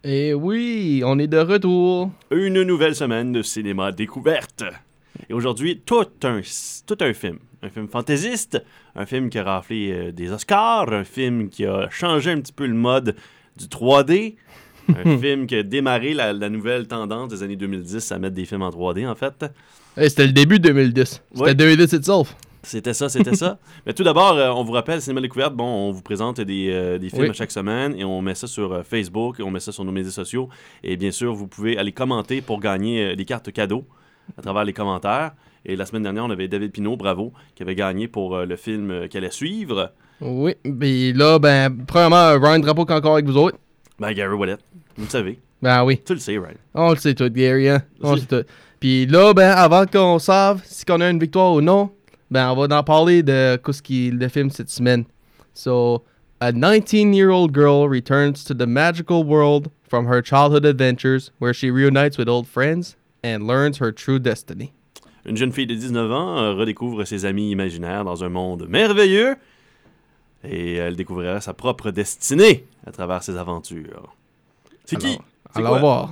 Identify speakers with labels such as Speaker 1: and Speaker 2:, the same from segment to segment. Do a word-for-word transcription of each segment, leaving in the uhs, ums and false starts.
Speaker 1: Et oui, on est de retour.
Speaker 2: Une nouvelle semaine de cinéma découverte. Et aujourd'hui, tout un, tout un film. Un film fantaisiste, un film qui a raflé euh, des Oscars, un film qui a changé un petit peu le mode du trois D, un film qui a démarré la, la nouvelle tendance des années deux mille dix à mettre des films en trois D, en fait.
Speaker 1: Hey, c'était le début de deux mille dix. C'était
Speaker 2: Ouais.
Speaker 1: deux mille dix itself.
Speaker 2: C'était ça, c'était ça. Mais tout d'abord, euh, on vous rappelle, Cinéma Découverte, bon, on vous présente des, euh, des films
Speaker 1: Oui.
Speaker 2: à chaque semaine et on met ça sur euh, Facebook, on met ça sur nos médias sociaux. Et bien sûr, vous pouvez aller commenter pour gagner euh, des cartes cadeaux à travers les commentaires. Et la semaine dernière, on avait David Pinault, bravo, qui avait gagné pour euh, le film euh, qui allait suivre.
Speaker 1: Oui, puis là, ben, premièrement, Ryan Drapeau qui est encore avec vous autres.
Speaker 2: Ben, Gary Wallet, vous le savez.
Speaker 1: Ben oui,
Speaker 2: Tu le sais, Ryan.
Speaker 1: on le sait tout, Gary, hein? On le
Speaker 2: Si.
Speaker 1: sait tout. Puis là, ben, avant qu'on sache si on a une victoire ou non, ben, on va en parler de ce qui le film cette semaine. So, a nineteen-year-old girl returns to the magical world from her childhood adventures where she reunites with old friends and learns her true destiny.
Speaker 2: Une jeune fille de dix-neuf ans euh, redécouvre ses amis imaginaires dans un monde merveilleux et elle découvrira sa propre destinée à travers ses aventures. C'est qui?
Speaker 1: Alors,
Speaker 2: C'est
Speaker 1: allons
Speaker 2: quoi?
Speaker 1: voir.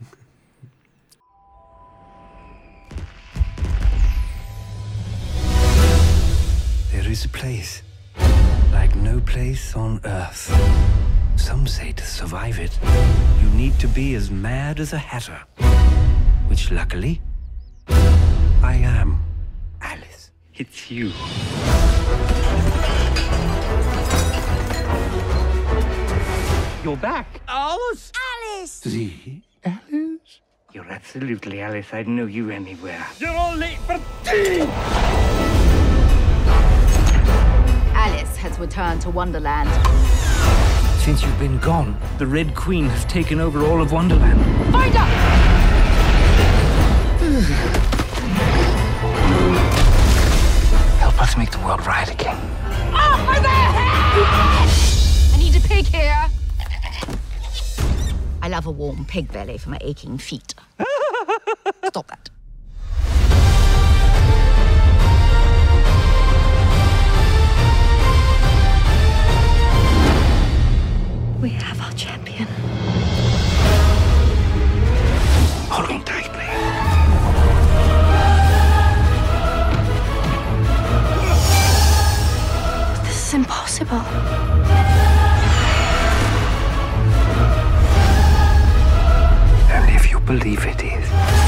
Speaker 3: There is a place like no place on earth. Some say to survive it, you need to be as mad as a hatter. Which luckily, I am. Alice, it's you. You're back. Alice!
Speaker 4: Alice!
Speaker 3: The Alice? You're absolutely Alice. I'd know you anywhere.
Speaker 4: Alice has returned to Wonderland.
Speaker 3: Since you've been gone, the Red Queen has taken over all of Wonderland.
Speaker 4: Find her!
Speaker 3: Help us make the world right again.
Speaker 4: Over their heads! I need a pig here. I love a warm pig belly for my aching feet. Stop that. We have our champion.
Speaker 3: Hold on tightly.
Speaker 4: This is impossible.
Speaker 3: Only if you believe it is.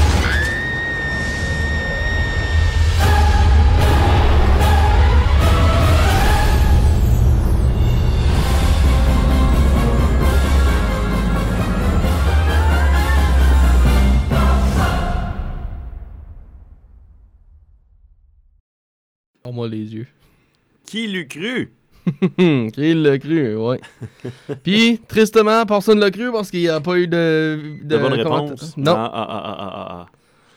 Speaker 1: Oh, moi les yeux.
Speaker 2: Qui l'eût cru?
Speaker 1: Qui l'a cru, ouais. Puis, tristement, personne l'a cru parce qu'il n'y a pas eu de...
Speaker 2: De bonne
Speaker 1: comment-
Speaker 2: réponse?
Speaker 1: Non.
Speaker 2: Ah, ah, ah, ah, ah, ah.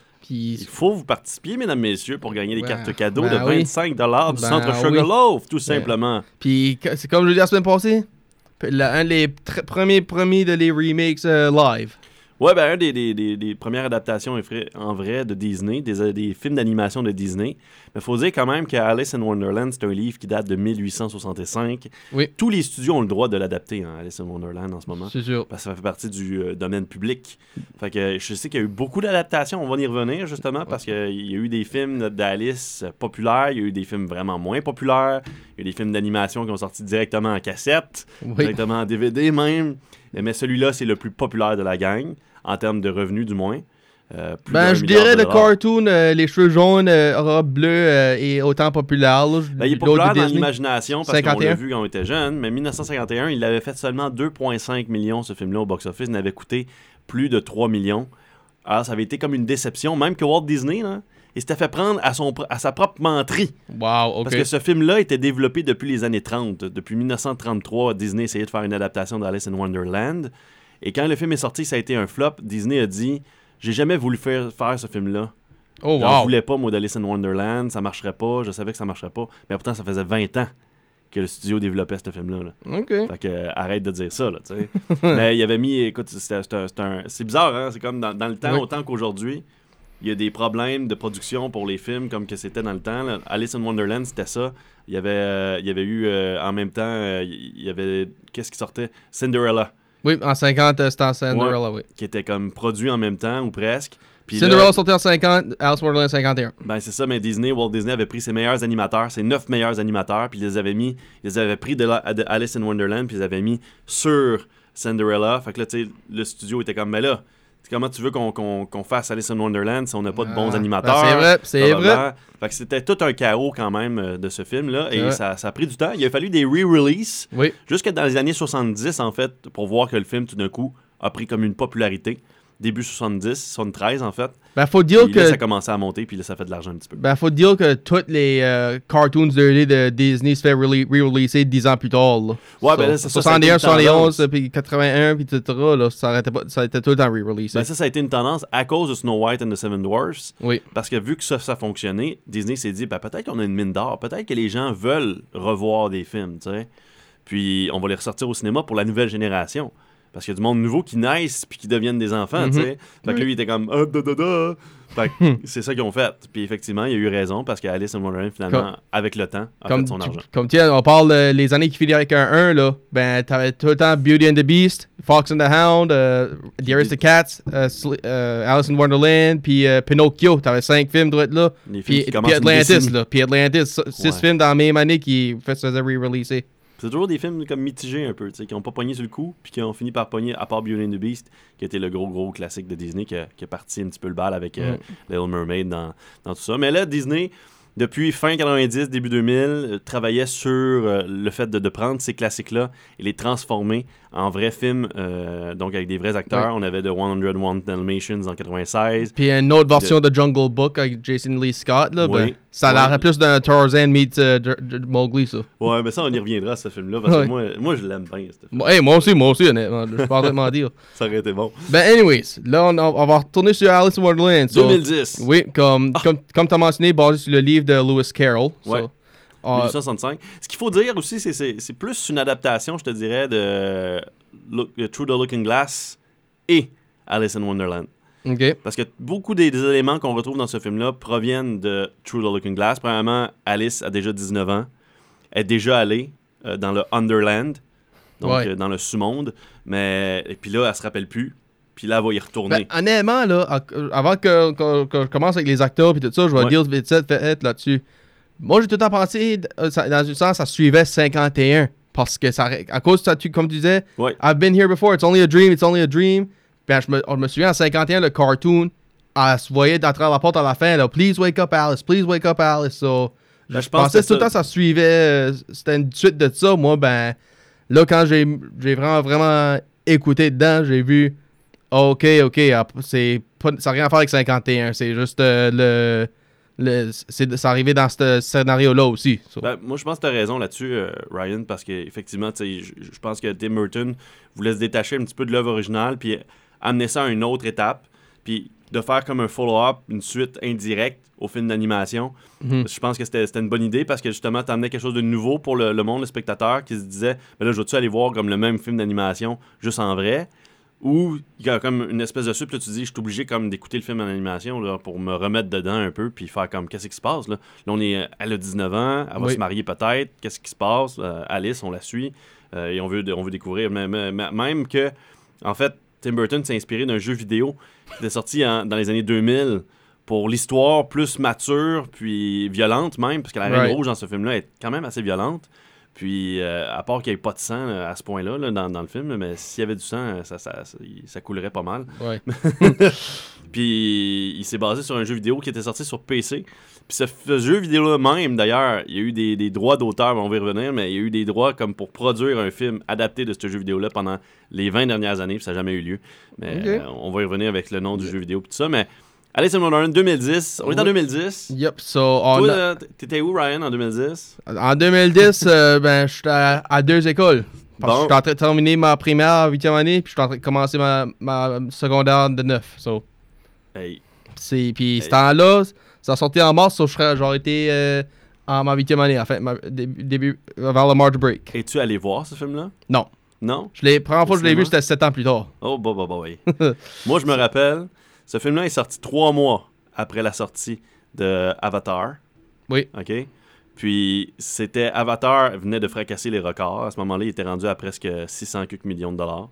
Speaker 2: Il
Speaker 1: Puis,
Speaker 2: faut vous participer, mesdames, messieurs, pour gagner des
Speaker 1: Ouais.
Speaker 2: cartes cadeaux
Speaker 1: Ben
Speaker 2: de
Speaker 1: oui.
Speaker 2: vingt-cinq dollars du
Speaker 1: Ben
Speaker 2: Centre
Speaker 1: oui.
Speaker 2: Sugarloaf, tout simplement.
Speaker 1: puis que- c'est comme je l'ai dit la semaine passée, la- un des tr- premiers premiers de les remakes euh, live.
Speaker 2: Ouais, ben, un des, des, des, des premières adaptations en vrai- en vrai de Disney, des, des films d'animation de Disney. Mais il faut dire quand même que Alice in Wonderland, c'est un livre qui date de mille huit cent soixante-cinq.
Speaker 1: Oui.
Speaker 2: Tous les studios ont le droit de l'adapter, hein, Alice in Wonderland, en ce moment.
Speaker 1: C'est sûr.
Speaker 2: Parce que ça fait partie du euh, domaine public. Fait que je sais qu'il y a eu beaucoup d'adaptations, on va y revenir justement, parce qu'il y a eu des films d'Alice populaires, il y a eu des films vraiment moins populaires, il y a eu des films d'animation qui ont sorti directement en cassette,
Speaker 1: Oui.
Speaker 2: directement en D V D même. Mais celui-là, c'est le plus populaire de la gang, en termes de revenus du moins. Euh, plus
Speaker 1: Ben,
Speaker 2: d'un
Speaker 1: je
Speaker 2: milliard
Speaker 1: dirais
Speaker 2: de
Speaker 1: le
Speaker 2: dollars.
Speaker 1: cartoon, euh, les cheveux jaunes, euh, robe bleue euh, est autant populaire. Là,
Speaker 2: Ben, il est
Speaker 1: l'autre
Speaker 2: populaire
Speaker 1: de
Speaker 2: dans
Speaker 1: Disney.
Speaker 2: l'imagination parce qu'on
Speaker 1: cinquante et un.
Speaker 2: l'a vu quand on était jeune, mais dix-neuf cent cinquante et un, il avait fait seulement deux virgule cinq millions, ce film-là, au box-office. Il n'avait coûté plus de trois millions. Alors, ça avait été comme une déception, même que Walt Disney, là, il s'était fait prendre à, son, à sa propre menterie.
Speaker 1: Wow, ok.
Speaker 2: Parce que ce film-là était développé depuis les années trente. Depuis dix-neuf cent trente-trois, Disney essayait de faire une adaptation d'Alice in Wonderland. Et quand le film est sorti, ça a été un flop. Disney a dit « J'ai jamais voulu faire, faire ce film-là.
Speaker 1: Oh,
Speaker 2: J'en
Speaker 1: wow.
Speaker 2: voulais pas, moi, d'Alice in Wonderland. Ça marcherait pas. Je savais que ça marcherait pas. Mais pourtant, ça faisait vingt ans que le studio développait ce film-là. Là.
Speaker 1: Ok.
Speaker 2: Fait que, euh, arrête de dire ça, là, tu sais. Mais il avait mis... Écoute, c'est, c'est, un, c'est, un, c'est bizarre, hein? C'est comme dans, dans le temps,
Speaker 1: Oui.
Speaker 2: autant qu'aujourd'hui, il y a des problèmes de production pour les films comme que c'était dans le temps. Là. Alice in Wonderland, c'était ça. Il y avait, euh, il y avait eu, euh, en même temps, euh, il y avait... Qu'est-ce qui sortait? Cinderella,
Speaker 1: Oui, en cinquante, euh, c'était en Cinderella,
Speaker 2: Ouais,
Speaker 1: oui.
Speaker 2: qui était comme produit en même temps, ou presque. Puis
Speaker 1: Cinderella
Speaker 2: là,
Speaker 1: sortait en cinquante, Alice in Wonderland en cinquante et un.
Speaker 2: ben c'est ça, mais Disney, Walt Disney avait pris ses meilleurs animateurs, ses neuf meilleurs animateurs, puis ils les avaient mis, ils les avaient pris de, la, de Alice in Wonderland, puis ils les avaient mis sur Cinderella. Fait que là, tu sais, le studio était comme, mais là, comment tu veux qu'on qu'on, qu'on fasse Alice in Wonderland si on n'a pas de bons
Speaker 1: Ah,
Speaker 2: animateurs?
Speaker 1: ben c'est vrai, c'est
Speaker 2: blablabla.
Speaker 1: vrai.
Speaker 2: Fait que c'était tout un chaos quand même euh, de ce film-là,
Speaker 1: C'est
Speaker 2: et
Speaker 1: vrai.
Speaker 2: ça, ça a pris du temps. Il a fallu des re-releases,
Speaker 1: Oui.
Speaker 2: jusque dans les années soixante-dix, en fait, pour voir que le film, tout d'un coup, a pris comme une popularité. Début soixante-dix, soixante-treize, en fait.
Speaker 1: Ben, faut dire
Speaker 2: Puis là, ça a
Speaker 1: que.
Speaker 2: commencé à monter, puis là, ça fait de l'argent un petit peu.
Speaker 1: Ben, faut dire que tous les euh, cartoons de, de Disney se fait rele- re-releaser dix ans plus tard. Là.
Speaker 2: Ouais,
Speaker 1: So,
Speaker 2: ben là, c'est ça, ça a été
Speaker 1: soixante et un,
Speaker 2: une
Speaker 1: soixante et onze,
Speaker 2: tendance.
Speaker 1: puis quatre-vingt-un, puis et cetera. Là, ça, arrêtait pas, ça a été tout le temps re-releasé.
Speaker 2: Ben ça, ça a été une tendance à cause de Snow White and the Seven Dwarfs.
Speaker 1: Oui.
Speaker 2: Parce que vu que ça, ça fonctionnait, Disney s'est dit, ben, peut-être qu'on a une mine d'or. Peut-être que les gens veulent revoir des films, tu sais. Puis on va les ressortir au cinéma pour la nouvelle génération. Parce qu'il y a du monde nouveau qui naissent puis qui deviennent des enfants,
Speaker 1: Mhm.
Speaker 2: tu sais. Fait que
Speaker 1: Oui.
Speaker 2: lui, il était comme, ah, da, da, da. Fait que c'est ça qu'ils ont fait. Puis effectivement, il a eu raison parce qu'Alice in Wonderland, finalement,
Speaker 1: Comme-
Speaker 2: avec le temps, a
Speaker 1: Comme,
Speaker 2: fait son
Speaker 1: tu-
Speaker 2: argent.
Speaker 1: comme tiens, on parle euh, les années qui finissent avec un un, là. Ben, t'avais tout le temps Beauty and the Beast, Fox and the Hound, euh, The Aristocats, euh, Sli- euh, Alice in Wonderland, puis euh, Pinocchio. T'avais cinq films doit être là.
Speaker 2: Les films
Speaker 1: Puis,
Speaker 2: qui
Speaker 1: puis
Speaker 2: commencent une
Speaker 1: Atlantis,
Speaker 2: décennie.
Speaker 1: là. Puis Atlantis, so- six
Speaker 2: Ouais.
Speaker 1: films dans la même année qui se faisaient re-releaser.
Speaker 2: C'est toujours des films comme mitigés un peu, tu sais, qui n'ont pas pogné sur le coup, puis qui ont fini par pogner, à part Beauty and the Beast, qui était le gros, gros classique de Disney, qui a, qui a parti un petit peu le bal avec euh, Little Mermaid dans, dans tout ça. Mais là, Disney, depuis fin quatre-vingt-dix, début deux mille, euh, travaillait sur euh, le fait de, de prendre ces classiques-là et les transformer en vrais films, euh, donc avec des vrais acteurs.
Speaker 1: Ouais.
Speaker 2: On avait The one oh one Dalmatians en quatre-vingt-seize.
Speaker 1: Puis une autre version de Jungle Book avec Jason Lee Scott, là.
Speaker 2: Oui.
Speaker 1: Ben, ça a
Speaker 2: Ouais.
Speaker 1: l'air plus d'un Tarzan meets euh, J- J- Mowgli, ça.
Speaker 2: Ouais, mais ça, on y reviendra à ce film-là, parce que
Speaker 1: Ouais.
Speaker 2: moi, moi, je l'aime bien, ce film.
Speaker 1: Bon, hey, moi aussi, moi aussi, honnêtement. Je suis pas en train de m'en dire.
Speaker 2: Ça aurait été bon.
Speaker 1: Ben, anyways, là, on, on va retourner sur Alice in Wonderland. So,
Speaker 2: deux mille dix.
Speaker 1: Oui, comme, comme, comme tu as mentionné, basé sur le livre de Lewis Carroll. So,
Speaker 2: Ouais.
Speaker 1: euh,
Speaker 2: dix-huit cent soixante-cinq. Ce qu'il faut dire aussi, c'est c'est c'est plus une adaptation, je te dirais, de Look, Through the Looking Glass et Alice in Wonderland.
Speaker 1: OK.
Speaker 2: Parce que beaucoup des, des éléments qu'on retrouve dans ce film-là proviennent de Through the Looking Glass. Premièrement, Alice a déjà dix-neuf ans. Elle est déjà allée euh, dans le Underland, donc
Speaker 1: Ouais.
Speaker 2: euh, dans le sous-monde. Mais et puis là, elle se rappelle plus. Puis là, elle va y retourner.
Speaker 1: Ben, honnêtement, là, à- avant que, que- que je commence avec les acteurs et tout ça, je vais
Speaker 2: Ouais.
Speaker 1: dire vite fait fait là-dessus. Moi, j'ai tout le temps pensé, euh, ça- dans un sens, ça suivait cinquante et un. Parce que, ça, à cause, ça, tu, comme tu disais,
Speaker 2: Ouais.
Speaker 1: I've been here before, it's only a dream, it's only a dream. Ben, je me, je me souviens, en cinquante et un, le cartoon, elle se voyait à travers la porte à la fin, là, please wake up Alice, please wake up Alice. So,
Speaker 2: Ben,
Speaker 1: je pensais que tout le temps, ça suivait, euh, c'était une suite de ça. Moi, ben, là, quand j'ai j'ai vraiment, vraiment écouté dedans, j'ai vu, ok, ok, ah, c'est pas, ça n'a rien à faire avec cinquante et un, c'est juste euh, le. le c'est c'est arrivé dans ce scénario-là aussi. So.
Speaker 2: Ben, moi, je pense que tu as raison là-dessus, euh, Ryan, parce qu'effectivement, je je pense que Tim Burton voulait se détacher un petit peu de l'œuvre originale, puis amener ça à une autre étape, puis de faire comme un follow-up, une suite indirecte au film d'animation.
Speaker 1: Mhm.
Speaker 2: Je pense que c'était c'était une bonne idée parce que justement, tu amenais quelque chose de nouveau pour le, le monde, le spectateur, qui se disait, ben là, je veux-tu aller voir comme le même film d'animation, juste en vrai? Ou il y a comme une espèce de suite, là, tu dis, je suis obligé comme d'écouter le film en animation là, pour me remettre dedans un peu, puis faire comme, qu'est-ce qui se passe là? Là, on est, elle a dix-neuf ans, elle va
Speaker 1: Oui.
Speaker 2: se marier peut-être, qu'est-ce qui se passe? Euh, Alice, on la suit, euh, et on veut, on veut découvrir, même, même, même que, en fait, Tim Burton s'est inspiré d'un jeu vidéo qui était sorti en- dans les années deux mille pour l'histoire plus mature, puis violente même, parce que la Reine
Speaker 1: Right.
Speaker 2: Rouge dans ce film-là est quand même assez violente. Puis, euh, à part qu'il n'y ait pas de sang là, à ce point-là là, dans, dans le film, là, mais s'il y avait du sang, ça, ça, ça, ça coulerait pas mal.
Speaker 1: Ouais.
Speaker 2: Puis, il s'est basé sur un jeu vidéo qui était sorti sur P C. Puis, ce, ce jeu vidéo-là même, d'ailleurs, il y a eu des, des droits d'auteur, on va y revenir, mais il y a eu des droits comme pour produire un film adapté de ce jeu vidéo-là pendant les vingt dernières années, puis ça n'a jamais eu lieu. Mais
Speaker 1: Ok.
Speaker 2: euh, on va y revenir avec le nom du jeu vidéo et tout ça. Mais Alice in Wonderland deux mille dix, on est en
Speaker 1: Oui.
Speaker 2: deux mille dix.
Speaker 1: Yep, so, on
Speaker 2: Toi,
Speaker 1: a-
Speaker 2: là, t'étais où, Ryan, en deux mille dix?
Speaker 1: en deux mille dix, euh, ben, j'étais à, à deux écoles. Parce
Speaker 2: Bon.
Speaker 1: que j'étais en train de terminer ma primaire, huitième année, puis j'étais en train de commencer ma, ma secondaire de neuf. So,
Speaker 2: Hey.
Speaker 1: c'est, puis
Speaker 2: Hey.
Speaker 1: ce temps-là, ça sortait en mars, so je serais- j'aurais été euh, en ma huitième année, en fait, ma, début, début, vers le March break.
Speaker 2: Es-tu allé voir ce film-là?
Speaker 1: Non.
Speaker 2: Non?
Speaker 1: Je l'ai, la première fois que je l'ai vu,
Speaker 2: Cinéma?
Speaker 1: c'était sept ans plus tard.
Speaker 2: Oh, bah, bah, bah, oui. Moi, je me rappelle, ce film-là est sorti trois mois après la sortie de Avatar.
Speaker 1: Oui.
Speaker 2: OK? Puis, c'était Avatar venait de fracasser les records. À ce moment-là, il était rendu à presque six cents quelques millions de dollars.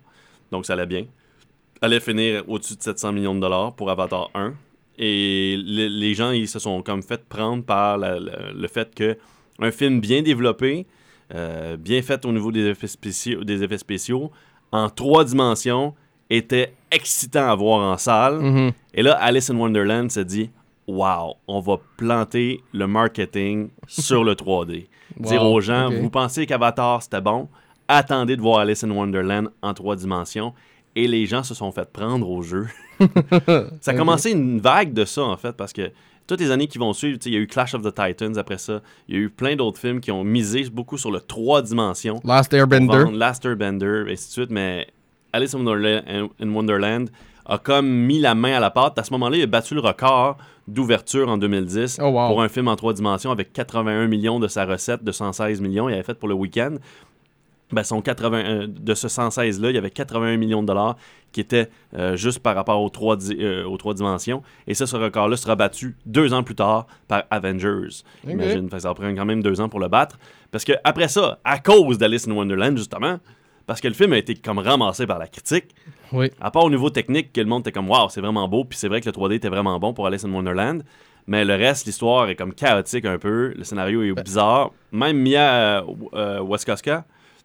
Speaker 2: donc ça allait bien. Allait finir au-dessus de sept cents millions de dollars pour Avatar un. Et le, les gens, ils se sont comme fait prendre par la, la, le fait que un film bien développé, euh, bien fait au niveau des effets spéciaux, des effets spéciaux, en trois dimensions, était excitant à voir en salle.
Speaker 1: Mhm.
Speaker 2: Et là, Alice in Wonderland se dit « Wow, on va planter le marketing sur le trois D. »
Speaker 1: Wow,
Speaker 2: Dire aux gens,
Speaker 1: ok.
Speaker 2: vous pensez qu'Avatar, c'était bon? Attendez de voir Alice in Wonderland en trois dimensions. Et les gens se sont fait prendre au jeu. Ça a commencé une vague de ça, en fait, parce que toutes les années qui vont suivre, il y a eu Clash of the Titans après ça. Il y a eu plein d'autres films qui ont misé beaucoup sur le trois dimensions.
Speaker 1: Last
Speaker 2: Pour
Speaker 1: Airbender.
Speaker 2: vendre Last Airbender, et ainsi de suite. Mais Alice in Wonderland, in Wonderland a comme mis la main à la pâte. À ce moment-là, il a battu le record d'ouverture en deux mille dix
Speaker 1: Oh, wow.
Speaker 2: pour un film en trois dimensions avec quatre-vingt-un millions de sa recette de cent seize millions. Il avait fait pour le week-end. Ben, son quatre-vingts, euh, de ce cent seize-là, il y avait quatre-vingt-un millions de dollars qui étaient euh, juste par rapport aux trois, di- euh, aux trois dimensions. Et ça, ce record-là sera battu deux ans plus tard par Avengers.
Speaker 1: Okay.
Speaker 2: Imagine, fait que ça prend quand même deux ans pour le battre. Parce que après ça, à cause d'Alice in Wonderland, justement, parce que le film a été comme ramassé par la critique,
Speaker 1: Oui.
Speaker 2: à part au niveau technique, que le monde était comme « Wow, c'est vraiment beau », puis c'est vrai que le trois D était vraiment bon pour Alice in Wonderland, mais le reste, l'histoire est comme chaotique un peu, le scénario est bizarre. Même Mia euh, euh, Wasikowska,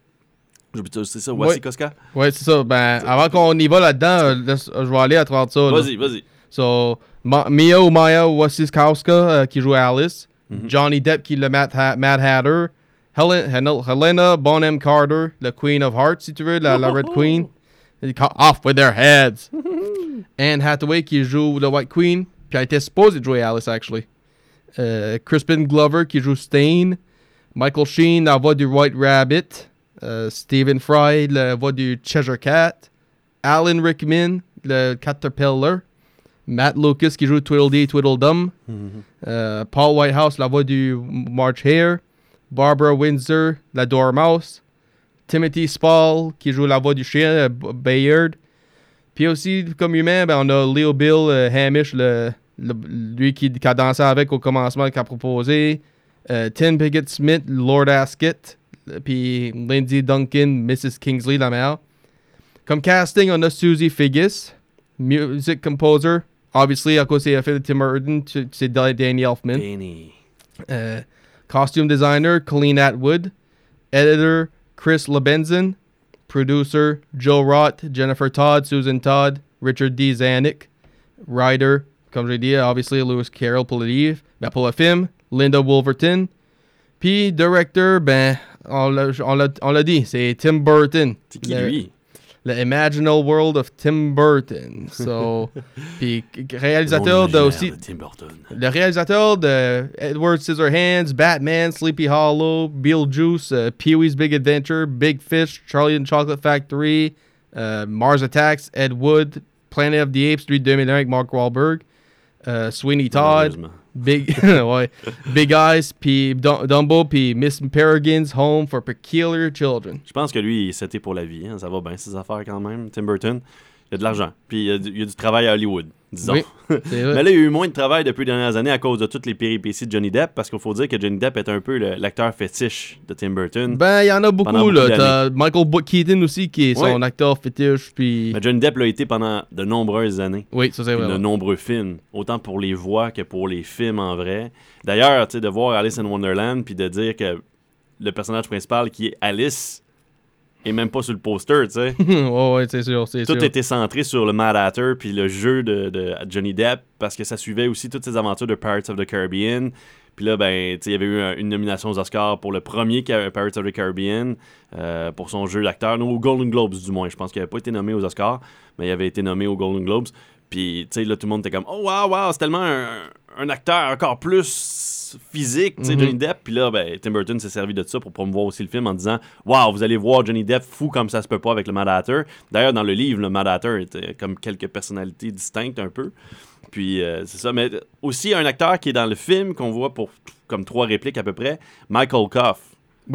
Speaker 2: c'est ça, Wasikowska?
Speaker 1: Oui, c'est ça. Ben, avant qu'on y va là-dedans, euh, laisse- je vais aller à travers ça. là.
Speaker 2: Vas-y, vas-y.
Speaker 1: So, Ma- Mia ou Maya Wasikowska euh, qui joue Alice.
Speaker 2: Mhm.
Speaker 1: Johnny Depp qui est le Mad, ha- Mad Hatter. Helen, Hel- Helena Bonham Carter, la Queen of Hearts, si tu veux, la, la Red Queen. Off with their heads. Anne Hathaway qui joue la White Queen, puis elle était supposée de jouer Alice, actually. Euh, Crispin Glover qui joue Stain. Michael Sheen, la voix du White Rabbit. Euh, Stephen Fry, la voix du Cheshire Cat. Alan Rickman, le Caterpillar. Matt Lucas qui joue Tweedledee Tweedledum. Euh, Paul Whitehouse, la voix du March Hare. Barbara Windsor, la Dormouse. Timothy Spall qui joue la voix du chien, euh, B- Bayard. Puis aussi, comme humain, ben, on a Leo Bill euh, Hamish, le, le- lui qui, qui a dansé avec au commencement, qui a proposé. Euh, Tim Pickett Smith, Lord Ascot. euh, Puis Lindsay Duncan, missus Kingsley, la mère. Comme casting, on a Susie Figgis. Music composer, obviously, à cause c'est fait de Tim Burton, tu- c'est Danny Elfman.
Speaker 2: Danny.
Speaker 1: Uh, costume designer Colleen Atwood, editor Chris Lebenzen, producer Joe Roth, Jennifer Todd, Susan Todd, Richard D. Zanuck, writer, comme j'ai dit, obviously Lewis Carroll pour le livre, ben pour le film, Linda Wolverton, puis director, ben on l'a, on l'a, on l'a dit, c'est Tim Burton.
Speaker 2: C'est qui,
Speaker 1: Le-
Speaker 2: lui?
Speaker 1: Le Imaginal World of Tim Burton. So, puis réalisateur de aussi.
Speaker 2: De Tim Burton.
Speaker 1: Le réalisateur de Edward Scissorhands, Batman, Sleepy Hollow, Beetlejuice, uh, Pee-wee's Big Adventure, Big Fish, Charlie and the Chocolate Factory, uh, Mars Attacks, Ed Wood, Planet of the Apes, lui de deux mille un avec Mark Wahlberg, uh, Sweeney Todd,
Speaker 2: Malheureusement.
Speaker 1: Big, ouais, Big Eyes, puis Dum- Dumbo, puis Miss Peregrine's Home for Peculiar Children.
Speaker 2: Je pense que lui, il est seté pour la vie. Hein. Ça va bien, ses affaires quand même. Tim Burton, il a de l'argent. Puis il y a du, il y a du travail à Hollywood, disons.
Speaker 1: Oui, c'est vrai.
Speaker 2: Mais là, il y a eu moins de travail depuis les dernières années à cause de toutes les péripéties de Johnny Depp, parce qu'il faut dire que Johnny Depp est un peu le- l'acteur fétiche de Tim Burton.
Speaker 1: Ben, il y en a beaucoup,
Speaker 2: Pendant
Speaker 1: là.
Speaker 2: beaucoup
Speaker 1: T'as Michael Bo- Keaton aussi, qui est son
Speaker 2: Ouais.
Speaker 1: acteur fétiche, puis...
Speaker 2: Mais Johnny Depp l'a été pendant de nombreuses années.
Speaker 1: Oui, ça c'est
Speaker 2: Puis
Speaker 1: vrai.
Speaker 2: de
Speaker 1: ouais.
Speaker 2: nombreux films, autant pour les voix que pour les films en vrai. D'ailleurs, tu sais, de voir Alice in Wonderland puis de dire que le personnage principal qui est Alice est même pas sur le poster, tu sais.
Speaker 1: ouais, ouais, c'est sûr, c'est
Speaker 2: Tout
Speaker 1: sûr.
Speaker 2: était centré sur le Mad Hatter puis le jeu de, de Johnny Depp parce que ça suivait aussi toutes ses aventures de Pirates of the Caribbean. Puis là, ben, tu sais, il y avait eu un- une nomination aux Oscars pour le premier Ca- Pirates of the Caribbean euh, pour son jeu d'acteur. Non, aux Golden Globes, du moins. Je pense qu'il n'avait pas été nommé aux Oscars, mais il avait été nommé aux Golden Globes. Puis, tu sais, là, tout le monde était comme « Oh, wow, wow, c'est tellement un, un acteur encore plus physique, tu sais,
Speaker 1: Mhm.
Speaker 2: Johnny Depp. » Puis là, ben, Tim Burton s'est servi de ça pour promouvoir aussi le film en disant « Wow, vous allez voir Johnny Depp fou comme ça se peut pas avec le Mad Hatter. » D'ailleurs, dans le livre, le Mad Hatter était comme quelques personnalités distinctes un peu. Puis, euh, c'est ça. Mais aussi, un acteur qui est dans le film, qu'on voit pour comme trois répliques à peu près, Michael Koff.
Speaker 1: Oui.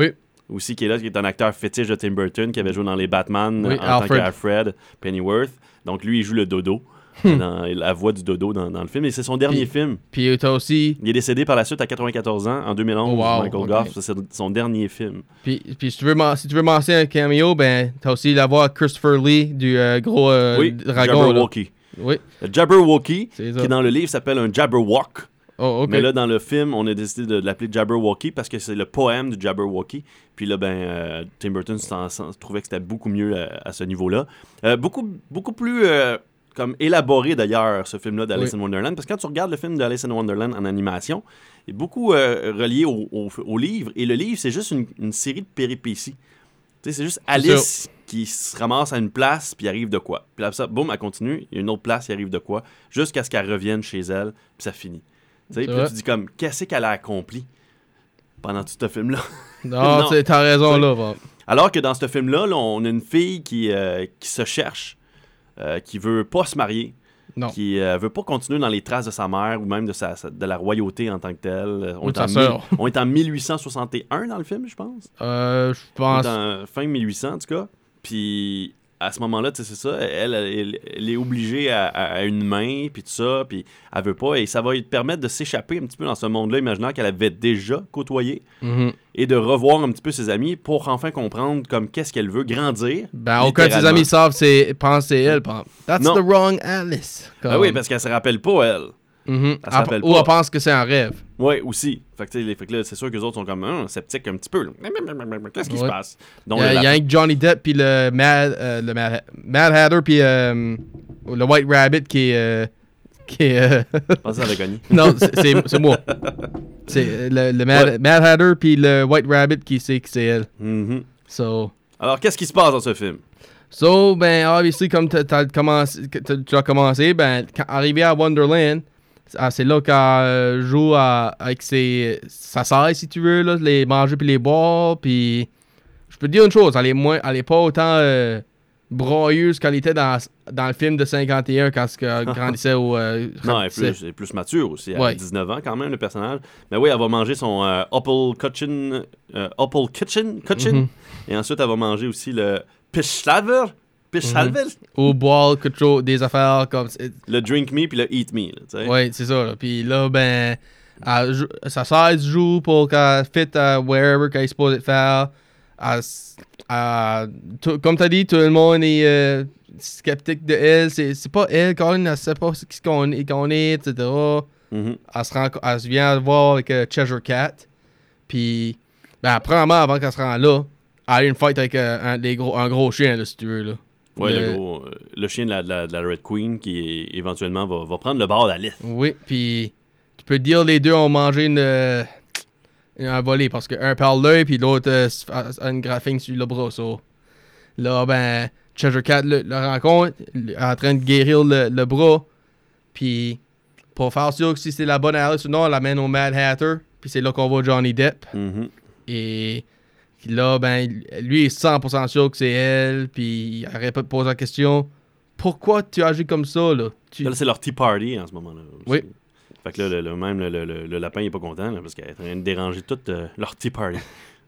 Speaker 2: aussi qui est là, qui est un acteur fétiche de Tim Burton, qui avait joué dans les Batman
Speaker 1: Oui,
Speaker 2: en tant
Speaker 1: Alfred.
Speaker 2: qu'Alfred Pennyworth. Donc lui, il joue le dodo, dans, la voix du dodo dans, dans le film. Et c'est son dernier
Speaker 1: Puis-
Speaker 2: film.
Speaker 1: Puis t'as aussi...
Speaker 2: Il est décédé par la suite à quatre-vingt-quatorze ans, en deux mille onze,
Speaker 1: Oh, wow,
Speaker 2: Michael
Speaker 1: ok.
Speaker 2: Goff. Ça, c'est son dernier film.
Speaker 1: Puis, puis si tu veux men- si tu veux mentionner un cameo, ben t'as aussi la voix Christopher Lee du euh, gros euh,
Speaker 2: oui,
Speaker 1: dragon. là.
Speaker 2: Jabberwocky.
Speaker 1: Oui,
Speaker 2: Le Jabberwocky,
Speaker 1: c'est ça.
Speaker 2: qui dans le livre s'appelle un Jabberwock.
Speaker 1: Oh, ok.
Speaker 2: Mais là, dans le film, on a décidé de l'appeler Jabberwocky parce que c'est le poème du Jabberwocky. Puis là, ben, euh, Tim Burton s'en- s'en- trouvait que c'était beaucoup mieux à, à ce niveau-là. Euh, beaucoup, beaucoup plus euh, comme élaboré d'ailleurs, ce film-là d'Alice
Speaker 1: Oui.
Speaker 2: in Wonderland. Parce que quand tu regardes le film d'Alice in Wonderland en animation, il est beaucoup euh, relié au, au, au livre. Et le livre, c'est juste une, une série de péripéties. Tu sais, c'est juste Alice qui se ramasse à une place, puis arrive de quoi. Puis là, ça, boum, elle continue, il y a une autre place, il arrive de quoi, jusqu'à ce qu'elle revienne chez elle, puis ça finit. Tu sais,
Speaker 1: C'est
Speaker 2: puis là,
Speaker 1: vrai.
Speaker 2: tu dis comme, qu'est-ce qu'elle a accompli pendant tout ce film-là?
Speaker 1: Non,
Speaker 2: Non.
Speaker 1: t'sais, t'as raison
Speaker 2: Oui.
Speaker 1: là. Bon.
Speaker 2: Alors que dans ce film-là, là, on a une fille qui, euh, qui se cherche, euh, qui veut pas se marier,
Speaker 1: Non.
Speaker 2: qui euh, veut pas continuer dans les traces de sa mère ou même de, sa, sa- de la royauté en tant que telle. Euh, On,
Speaker 1: Ou
Speaker 2: est,
Speaker 1: ta
Speaker 2: en
Speaker 1: sœur.
Speaker 2: mille- on est en mille huit cent soixante et un dans le film, je pense.
Speaker 1: Euh, je
Speaker 2: On
Speaker 1: pense...
Speaker 2: est en fin mille huit cents, en tout cas. Puis à ce moment-là, tu sais, c'est ça, elle, elle, elle- elle est obligée à, à- à une main, puis tout ça, puis elle veut pas, et ça va lui permettre de s'échapper un petit peu dans ce monde-là imaginaire qu'elle avait déjà côtoyé,
Speaker 1: Mhm.
Speaker 2: et de revoir un petit peu ses amis pour enfin comprendre comme qu'est-ce qu'elle veut, grandir.
Speaker 1: Ben, aucun de ses
Speaker 2: littéralement.
Speaker 1: amis savent, c'est... pense c'est elle. pense. That's
Speaker 2: Non.
Speaker 1: the wrong Alice.
Speaker 2: Ah oui, parce qu'elle se rappelle pas, elle.
Speaker 1: Mhm.
Speaker 2: elle se
Speaker 1: Elle-
Speaker 2: rappelle
Speaker 1: Ou
Speaker 2: pas.
Speaker 1: elle pense que c'est un rêve.
Speaker 2: Ouais, aussi. Fait que, tu sais, les- fait que là, c'est sûr que les autres sont comme hein, sceptiques un petit peu. là. Qu'est-ce qui se
Speaker 1: Ouais.
Speaker 2: passe?
Speaker 1: Il
Speaker 2: Donc,
Speaker 1: y a,
Speaker 2: le
Speaker 1: il y a
Speaker 2: lapin-
Speaker 1: un que Johnny Depp puis le Mad, euh, le Mad, Mad Hatter puis euh, le White Rabbit qui est... euh, qui est euh,
Speaker 2: Je pensais à la gagné.
Speaker 1: non, c'est- c'est c'est moi. C'est euh, le, le Mad,
Speaker 2: Ouais.
Speaker 1: Mad Hatter puis le White Rabbit qui sait que c'est elle.
Speaker 2: Mhm.
Speaker 1: So...
Speaker 2: Alors, qu'est-ce qui se passe dans ce film?
Speaker 1: So, ben, obviously, comme t'as- t'as commencé, que t'as- tu as commencé, ben, quand arrivé à Wonderland, ah, c'est là qu'elle euh, joue à- avec ses, sa sœur, si tu veux, là, les manger puis les boire, puis je peux te dire une chose, elle est, moins, elle est pas autant euh, broyeuse qu'elle était dans, dans le film de cinquante et un quand elle grandissait au... euh,
Speaker 2: Non, elle est
Speaker 1: grandissait.
Speaker 2: plus, elle est plus mature aussi. Elle
Speaker 1: Ouais.
Speaker 2: a dix-neuf ans quand même, le personnage. Mais oui, elle va manger son euh, Apple Kitchen. euh, Apple Kitchen. Kitchen.
Speaker 1: Mhm.
Speaker 2: Et ensuite, elle va manger aussi le Pischsalver. Pischsalver.
Speaker 1: Ou boire quelque chose, des affaires comme... c'est-
Speaker 2: Le Drink Me puis le Eat Me. Là, tu sais.
Speaker 1: Ouais, c'est ça. Là. Puis là, ben, elle joue- sa sœur elle joue pour qu'elle fit à wherever qu'elle est supposée faire. Elle s- elle- tout- comme tu as dit, tout le monde est euh, sceptique de elle. C'est, c'est pas elle, Colin, elle sait pas ce qu'on est, qu'on est, et cetera.
Speaker 2: Mhm.
Speaker 1: Elle se, rend, elle se vient voir avec euh, Cheshire Cat. Puis, ben, premièrement, avant qu'elle se rende là, elle a eu une fight avec euh, un, des gros, un gros chien, là, si tu veux. Là.
Speaker 2: Ouais, le,
Speaker 1: Le-
Speaker 2: gros, euh, le chien de la, de la- de la Red Queen qui éventuellement va, va prendre le bord d'Alice.
Speaker 1: Oui, puis tu peux dire les deux ont mangé une, euh, un volet parce qu'un parle l'œil puis l'autre euh, se fait- a une graphine sur le bras. so. Là, ben, Cheshire Cat le, le rencontre, il est en train de guérir le, le bras. Puis pour faire sûr que si c'est la bonne Alice ou non, elle l'amène au Mad Hatter. Puis c'est là qu'on voit Johnny Depp.
Speaker 2: Mhm.
Speaker 1: Et là, ben, lui est cent pour cent sûr que c'est elle. Puis il arrête pas de poser la question. Pourquoi tu agis comme ça, là? Tu-
Speaker 2: Là, c'est leur tea party en ce moment-là. aussi.
Speaker 1: Oui.
Speaker 2: Fait que là, le, le- même le, le- le- le lapin, il est pas content là, parce qu'il est en train de déranger toute euh, leur tea party.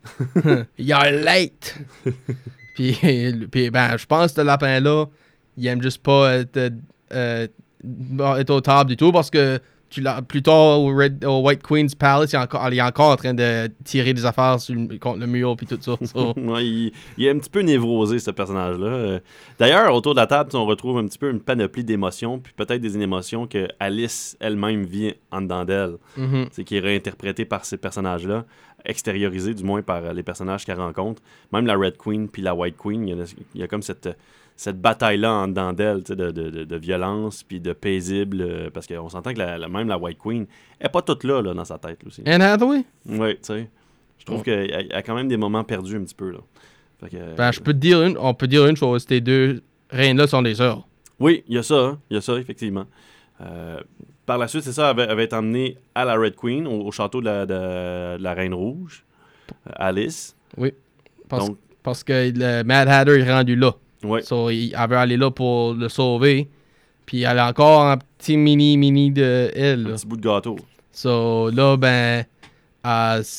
Speaker 1: You're late! puis, puis, ben, je pense que ce lapin-là, il aime juste pas être, euh, bon, être au table du tout parce que tu l'as, plus tard au, Red- au White Queen's Palace, il est, encore, il est encore en train de tirer des affaires sur le- contre le mur puis tout ça. so.
Speaker 2: Ouais, il, il est un petit peu névrosé, ce personnage-là. Euh, D'ailleurs, autour de la table, on retrouve un petit peu une panoplie d'émotions, puis peut-être des émotions que Alice elle-même vit en dedans d'elle.
Speaker 1: Mhm.
Speaker 2: C'est qui est réinterprété par ces personnages-là, extériorisé du moins par euh, les personnages qu'elle rencontre. Même la Red Queen puis la White Queen, il y a, il y a comme cette, cette bataille-là en dedans d'elle, tu sais, de, de, de, de violence puis de paisible, euh, parce qu'on s'entend que la, la- même la White Queen elle est pas toute là, là dans sa tête là, aussi.
Speaker 1: Anne Hathaway?
Speaker 2: Oui, tu sais. Je trouve
Speaker 1: Ouais.
Speaker 2: qu'elle elle a quand même des moments perdus un petit peu. Là. Fait que, euh,
Speaker 1: Ben, je peux te dire une, on peut dire une chose, ces deux reines-là sont des sœurs.
Speaker 2: Oui, il y a ça, hein. Il y a ça, effectivement. Euh, par la suite, c'est ça, elle avait, elle avait été emmenée à la Red Queen, au, au château de la, de- de la Reine Rouge, euh, Alice.
Speaker 1: Parce,
Speaker 2: Donc,
Speaker 1: parce que le Mad Hatter est rendu là.
Speaker 2: ouais.
Speaker 1: So, il, elle veut aller là pour le sauver. Puis elle a encore un petit mini-mini de elle.
Speaker 2: Un
Speaker 1: là.
Speaker 2: petit bout de gâteau.
Speaker 1: So là, ben, elle s-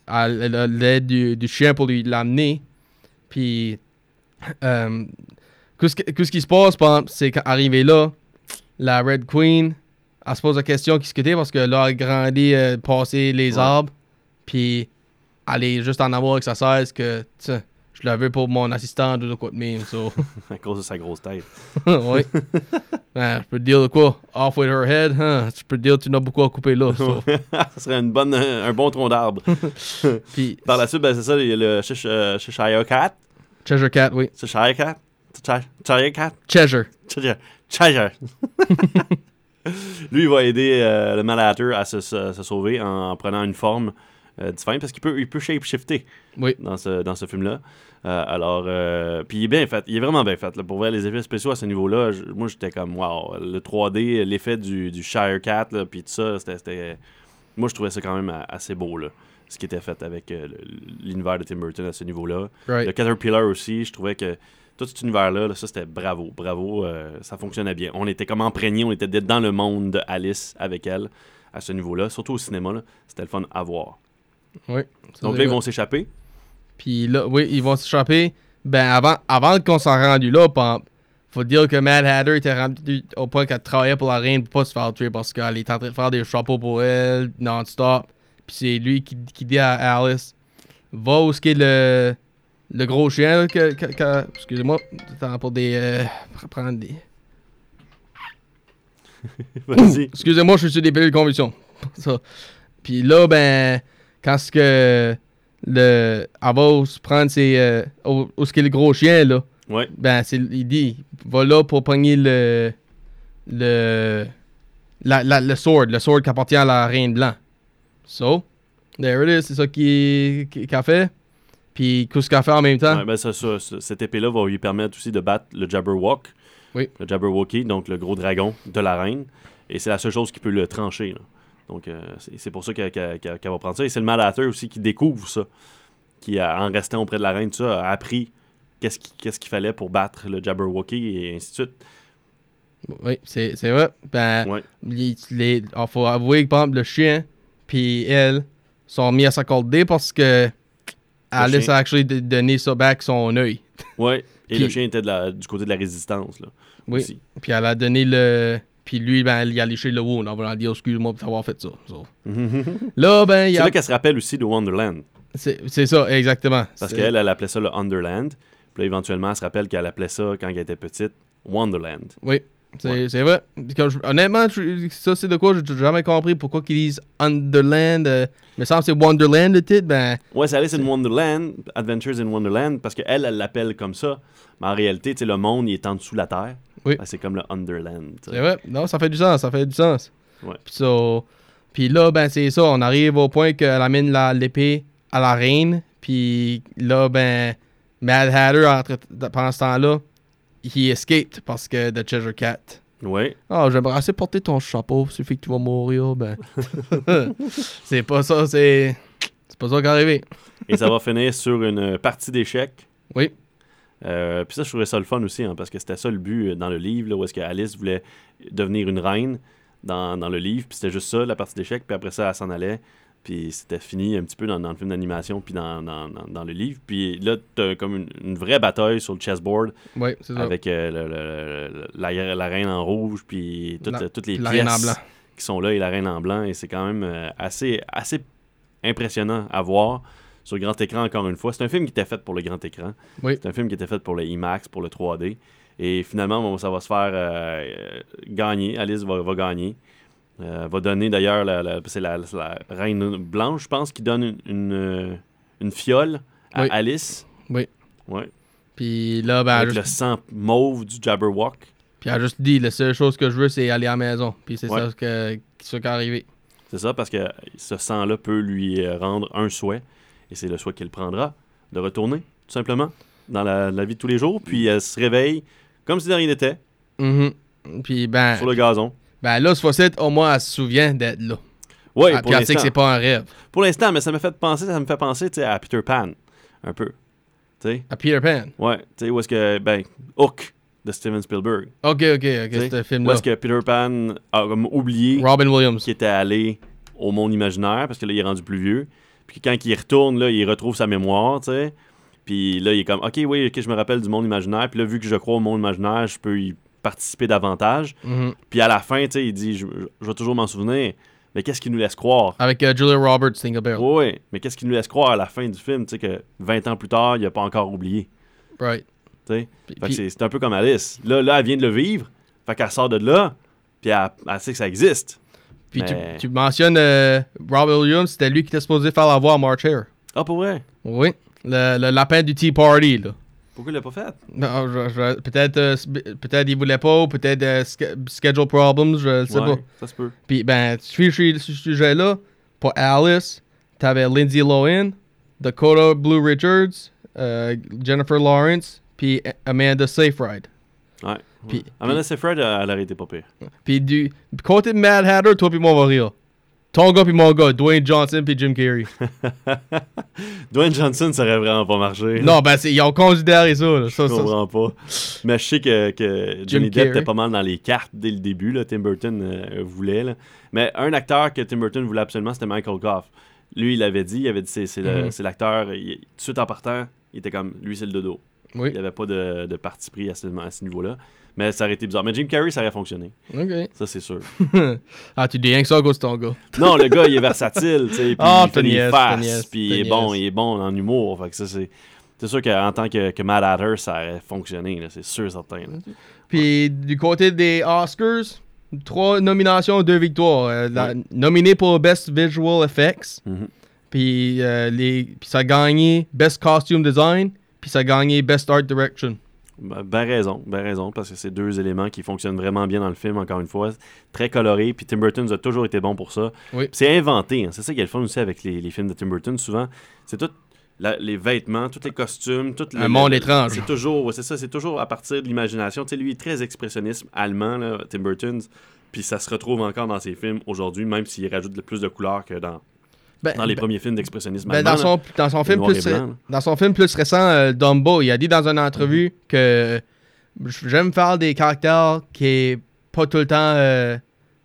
Speaker 1: à l'aide du, du chien pour lui l'amener. Puis, euh, qu'est-ce, que, qu'est-ce qui se passe, c'est qu'arrivé là, la Red Queen, elle se pose la question qui se quittait parce que là, elle a grandi, euh, passé les
Speaker 2: ouais.
Speaker 1: arbres. Puis, elle est juste en amour avec sa sœur, que, tu je la veux pour mon assistante ou de quoi de même. So.
Speaker 2: À cause de sa grosse tête.
Speaker 1: Oui. Ben, je peux te dire de quoi? Off with her head, hein? Je peux te dire que tu n'as beaucoup à couper là. So.
Speaker 2: Ce serait une bonne, un bon tronc d'arbre.
Speaker 1: Puis,
Speaker 2: par la suite, ben, c'est ça, il y a le Cheshire, Cheshire Cat.
Speaker 1: Cheshire Cat, oui.
Speaker 2: Cheshire Cat. Cheshire Cat.
Speaker 1: Cheshire.
Speaker 2: Cheshire. Cheshire. Lui, il va aider euh, le Mad Hatter à se, se, se sauver en prenant une forme euh, différente parce qu'il peut, il peut shape-shifter
Speaker 1: oui.
Speaker 2: dans ce, dans ce film-là. Euh, alors, euh, puis il est bien fait. Il est vraiment bien fait. Là. Pour voir les effets spéciaux à ce niveau-là, je, moi, j'étais comme, wow, le trois D, l'effet du, du Shire Cat, là, puis tout ça, c'était, c'était... Moi, je trouvais ça quand même assez beau, là, ce qui était fait avec euh, l'univers de Tim Burton à ce niveau-là.
Speaker 1: Right.
Speaker 2: Le Caterpillar aussi, je trouvais que tout cet univers-là, là, ça, c'était bravo, bravo. Euh, ça fonctionnait bien. On était comme imprégnés, on était dans le monde de Alice avec elle à ce niveau-là. Surtout au cinéma, là, c'était le fun à voir.
Speaker 1: Oui.
Speaker 2: Donc là, ils vont s'échapper.
Speaker 1: Puis là, oui, ils vont s'échapper. Ben, avant, avant qu'on s'en rendu là, faut dire que Mad Hatter était rendu au point qu'elle travaillait pour la reine pour pas se faire tuer parce qu'elle est en train de faire des chapeaux pour elle non-stop. Puis c'est lui qui, qui dit à Alice, va où ce qui est le, le gros chien, là, que, que, que, excusez-moi, attends, pour des, euh, prendre des...
Speaker 2: Vas-y.
Speaker 1: Excusez-moi, je suis sur des pilules de convulsion. Ça. Puis là, ben, quand ce que le, elle va se prendre ses, euh, où, où ce qui est le gros chien, là,
Speaker 2: ouais.
Speaker 1: ben, c'est, il dit, va là pour pogner le, le, la, la, le sword, le sword qui appartient à la reine blanc. So, there it is, c'est ça qu'il, qu'il a fait. Puis, qu'est-ce qu'il a fait en même temps?
Speaker 2: Ouais, ben ça, ça, ça, cette épée-là va lui permettre aussi de battre le Jabberwock.
Speaker 1: Oui.
Speaker 2: Le Jabberwocky, donc le gros dragon de la reine. Et c'est la seule chose qui peut le trancher. Là. Donc, euh, c'est, c'est pour ça qu'elle, qu'elle, qu'elle va prendre ça. Et c'est le Mad Hatter aussi qui découvre ça. Qui, a, en restant auprès de la reine, tout ça, a appris qu'est-ce, qui, qu'est-ce qu'il fallait pour battre le Jabberwocky et ainsi de suite.
Speaker 1: Oui, c'est, c'est vrai. Ben,
Speaker 2: ouais.
Speaker 1: il faut avouer que, par exemple, le chien puis elle sont mis à s'accorder parce que Alice a actually donné ça back son œil.
Speaker 2: Oui, et
Speaker 1: puis,
Speaker 2: le chien était de la, du côté de la résistance. Là,
Speaker 1: oui,
Speaker 2: aussi. Puis
Speaker 1: elle a donné le... Puis lui, ben, il a léché le wound. On va lui dire, excuse-moi pour avoir fait ça. So. Là, ben, il
Speaker 2: c'est
Speaker 1: a...
Speaker 2: là qu'elle se rappelle aussi de Wonderland.
Speaker 1: C'est, c'est ça, exactement.
Speaker 2: Parce
Speaker 1: c'est...
Speaker 2: qu'elle, elle appelait ça le Underland. Puis là, éventuellement, elle se rappelle qu'elle appelait ça, quand elle était petite, Wonderland.
Speaker 1: Oui, c'est,
Speaker 2: ouais.
Speaker 1: c'est vrai. Je, honnêtement, je, ça, c'est de quoi j'ai jamais compris pourquoi ils disent Underland. Euh, il me semble que c'est Wonderland le titre. Ben,
Speaker 2: ouais, c'est Alice in Wonderland, Adventures in Wonderland, parce qu'elle, elle l'appelle comme ça. Mais en réalité, tu sais, le monde, il est en dessous de la terre.
Speaker 1: Oui.
Speaker 2: Ben, c'est comme le Underland. T'sais.
Speaker 1: C'est vrai. Non, ça fait du sens. Ça fait du sens.
Speaker 2: Ouais.
Speaker 1: Puis, so, puis là, ben, c'est ça. On arrive au point qu'elle amène la, l'épée à la reine. Puis là, ben, Mad Hatter, entre, pendant ce temps-là, il escaped parce que de Cheshire Cat.
Speaker 2: Oui.
Speaker 1: Ah, oh, j'aimerais assez porter ton chapeau. Suffit que tu vas mourir, ben. c'est pas ça, c'est. C'est pas ça qui est arrivé.
Speaker 2: Et ça va finir sur une partie d'échecs.
Speaker 1: Oui.
Speaker 2: Euh, puis ça, je trouvais ça le fun aussi, hein, parce que c'était ça le but dans le livre, là, où est-ce que Alice voulait devenir une reine dans, dans le livre. Puis c'était juste ça, la partie d'échecs. Puis après ça, elle s'en allait. Puis c'était fini un petit peu dans, dans le film d'animation, puis dans, dans, dans, dans le livre. Puis là, t'as comme une, une vraie bataille sur le chessboard.
Speaker 1: Oui, c'est ça.
Speaker 2: Avec euh, le, le, le, la, la reine en rouge, puis toutes,
Speaker 1: la,
Speaker 2: toutes les
Speaker 1: la
Speaker 2: pièces
Speaker 1: reine en blanc.
Speaker 2: Qui sont là, et la reine en blanc. Et c'est quand même euh, assez, assez impressionnant à voir sur le grand écran, encore une fois. C'est un film qui était fait pour le grand écran.
Speaker 1: Oui.
Speaker 2: C'est un film qui était fait pour le IMAX, pour le trois D. Et finalement, bon, ça va se faire euh, gagner. Alice va, va gagner. Euh, va donner d'ailleurs, la, la, c'est la, la reine blanche, je pense, qui donne une, une, une fiole à
Speaker 1: oui.
Speaker 2: Alice.
Speaker 1: Oui.
Speaker 2: Ouais.
Speaker 1: Puis là, ben.
Speaker 2: Avec
Speaker 1: juste...
Speaker 2: le sang mauve du Jabberwock.
Speaker 1: Puis elle a juste dit, la seule chose que je veux, c'est aller à la maison. Puis c'est
Speaker 2: ouais.
Speaker 1: ça, que, ça qui est arrivé.
Speaker 2: C'est ça, parce que ce sang-là peut lui rendre un souhait. Et c'est le souhait qu'il prendra, de retourner, tout simplement, dans la, la vie de tous les jours. Puis elle se réveille comme si de rien n'était.
Speaker 1: Mm-hmm. Puis ben.
Speaker 2: Sur le gazon.
Speaker 1: Ben là, ce fois-ci, au moins, elle se souvient d'être là.
Speaker 2: Oui,
Speaker 1: ah,
Speaker 2: pour
Speaker 1: puis elle
Speaker 2: l'instant.
Speaker 1: sait que c'est pas un rêve.
Speaker 2: Pour l'instant, mais ça me fait penser, ça me fait penser, tu sais, à Peter Pan, un peu. T'sais?
Speaker 1: À Peter Pan.
Speaker 2: Ouais, tu sais, où est-ce que, ben, Hook de Steven Spielberg.
Speaker 1: Ok, ok, ok, c'est ce film-là.
Speaker 2: Où est-ce que Peter Pan a comme oublié
Speaker 1: Robin Williams.
Speaker 2: qui était allé au monde imaginaire, parce que là, il est rendu plus vieux. Puis quand il retourne, là, il retrouve sa mémoire, tu sais. Puis là, il est comme, OK, oui, OK, je me rappelle du monde imaginaire. Puis là, vu que je crois au monde imaginaire, je peux y participer davantage.
Speaker 1: Mm-hmm.
Speaker 2: Puis à la fin, tu sais, il dit, je, je vais toujours m'en souvenir. Mais qu'est-ce qu'il nous laisse croire?
Speaker 1: Avec uh, Julia Roberts, Tingle Bell.
Speaker 2: Oui, oui. Mais qu'est-ce qu'il nous laisse croire à la fin du film, tu sais, que vingt ans plus tard, il n'a pas encore oublié.
Speaker 1: Right.
Speaker 2: Tu sais?
Speaker 1: Puis-
Speaker 2: Fait que c'est, c'est un peu comme Alice. Là, là, elle vient de le vivre. Fait qu'elle sort de là. Puis elle, elle sait que ça existe.
Speaker 1: Puis
Speaker 2: Mais-
Speaker 1: tu, tu mentionnes euh, Robin Williams, c'était lui qui était supposé faire la voix à March Hare.
Speaker 2: Ah, pour vrai?
Speaker 1: Oui. Le, le lapin du Tea Party, là.
Speaker 2: Pourquoi il l'a pas fait?
Speaker 1: Non, je- je- peut-être euh, sb- peut-être il voulait pas, ou peut-être euh, sch- schedule problems, je sais
Speaker 2: Ouais,
Speaker 1: pas.
Speaker 2: ça se peut.
Speaker 1: Puis ben, tu suis ce sujet-là, pour Alice, t'avais Lindsay Lohan, Dakota Blue Richards, euh, Jennifer Lawrence, puis Amanda Seyfried.
Speaker 2: Ouais.
Speaker 1: Puis-
Speaker 2: Amanda Seyfried, elle, elle aurait été pas pire.
Speaker 1: Puis du côté de Mad Hatter, toi puis moi on va rire. Ton gars puis mon gars, Dwayne Johnson puis Jim Carrey.
Speaker 2: Dwayne Johnson, ça aurait vraiment pas marché.
Speaker 1: Non, ben c'est, ils ont considéré ça. Là. ça,
Speaker 2: Je
Speaker 1: ça,
Speaker 2: comprends pas. Mais je sais que, que Johnny Depp
Speaker 1: Carrey.
Speaker 2: était pas mal dans les cartes dès le début. Là. Tim Burton euh, voulait. Là. Mais un acteur que Tim Burton voulait absolument, c'était Michael Goff. Lui, il avait dit, il avait dit c'est, c'est, le-
Speaker 1: Mhm.
Speaker 2: c'est l'acteur. il- tout de suite en partant, il était comme, lui, c'est le dodo.
Speaker 1: Oui.
Speaker 2: Il n'y avait pas de, de parti pris à ce, à ce niveau-là. Mais ça aurait été bizarre. Mais Jim Carrey, ça aurait fonctionné.
Speaker 1: Ok.
Speaker 2: Ça, c'est sûr.
Speaker 1: Ah, tu dis rien que ça à cause de ton gars.
Speaker 2: Non, le gars, il est versatile, tu sais, puis
Speaker 1: Ah,
Speaker 2: il fait des
Speaker 1: Phineas,
Speaker 2: farces,
Speaker 1: Phineas,
Speaker 2: puis il est
Speaker 1: Phineas.
Speaker 2: bon, il est bon en humour, fait que ça, c'est... C'est sûr qu'en tant que, que Mad Hatter, ça aurait fonctionné, là, c'est sûr, certain. Là.
Speaker 1: Puis du côté des Oscars, trois nominations, deux victoires. Euh, la- nominé pour Best Visual Effects.
Speaker 2: Mhm.
Speaker 1: Puis, euh, les, puis ça a gagné Best Costume Design. Puis ça a gagné Best Art Direction.
Speaker 2: Ben, ben raison, ben raison, parce que c'est deux éléments qui fonctionnent vraiment bien dans le film, encore une fois. Très coloré, puis Tim Burton a toujours été bon pour ça.
Speaker 1: Oui.
Speaker 2: Puis c'est inventé, hein, c'est ça qui est le fun aussi avec les, les films de Tim Burton, souvent. C'est tout... la- les vêtements, tous les costumes, tout le,
Speaker 1: Un monde
Speaker 2: le-
Speaker 1: étrange.
Speaker 2: C'est toujours, ouais, c'est ça, c'est toujours à partir de l'imagination. Tu sais, lui, il est très expressionnisme allemand, là, Tim Burton, puis ça se retrouve encore dans ses films aujourd'hui, même s'il rajoute le plus de couleurs que dans,
Speaker 1: Ben,
Speaker 2: dans les
Speaker 1: ben-
Speaker 2: premiers films d'expressionnisme
Speaker 1: ben,
Speaker 2: allemand.
Speaker 1: dans,
Speaker 2: là.
Speaker 1: son, dans, son film
Speaker 2: noir
Speaker 1: plus,
Speaker 2: et blanc, là.
Speaker 1: dans son film plus récent, euh, Dumbo, il a dit dans une entrevue
Speaker 2: Mm-hmm.
Speaker 1: que j'aime faire des caractères qui est pas tout le temps euh,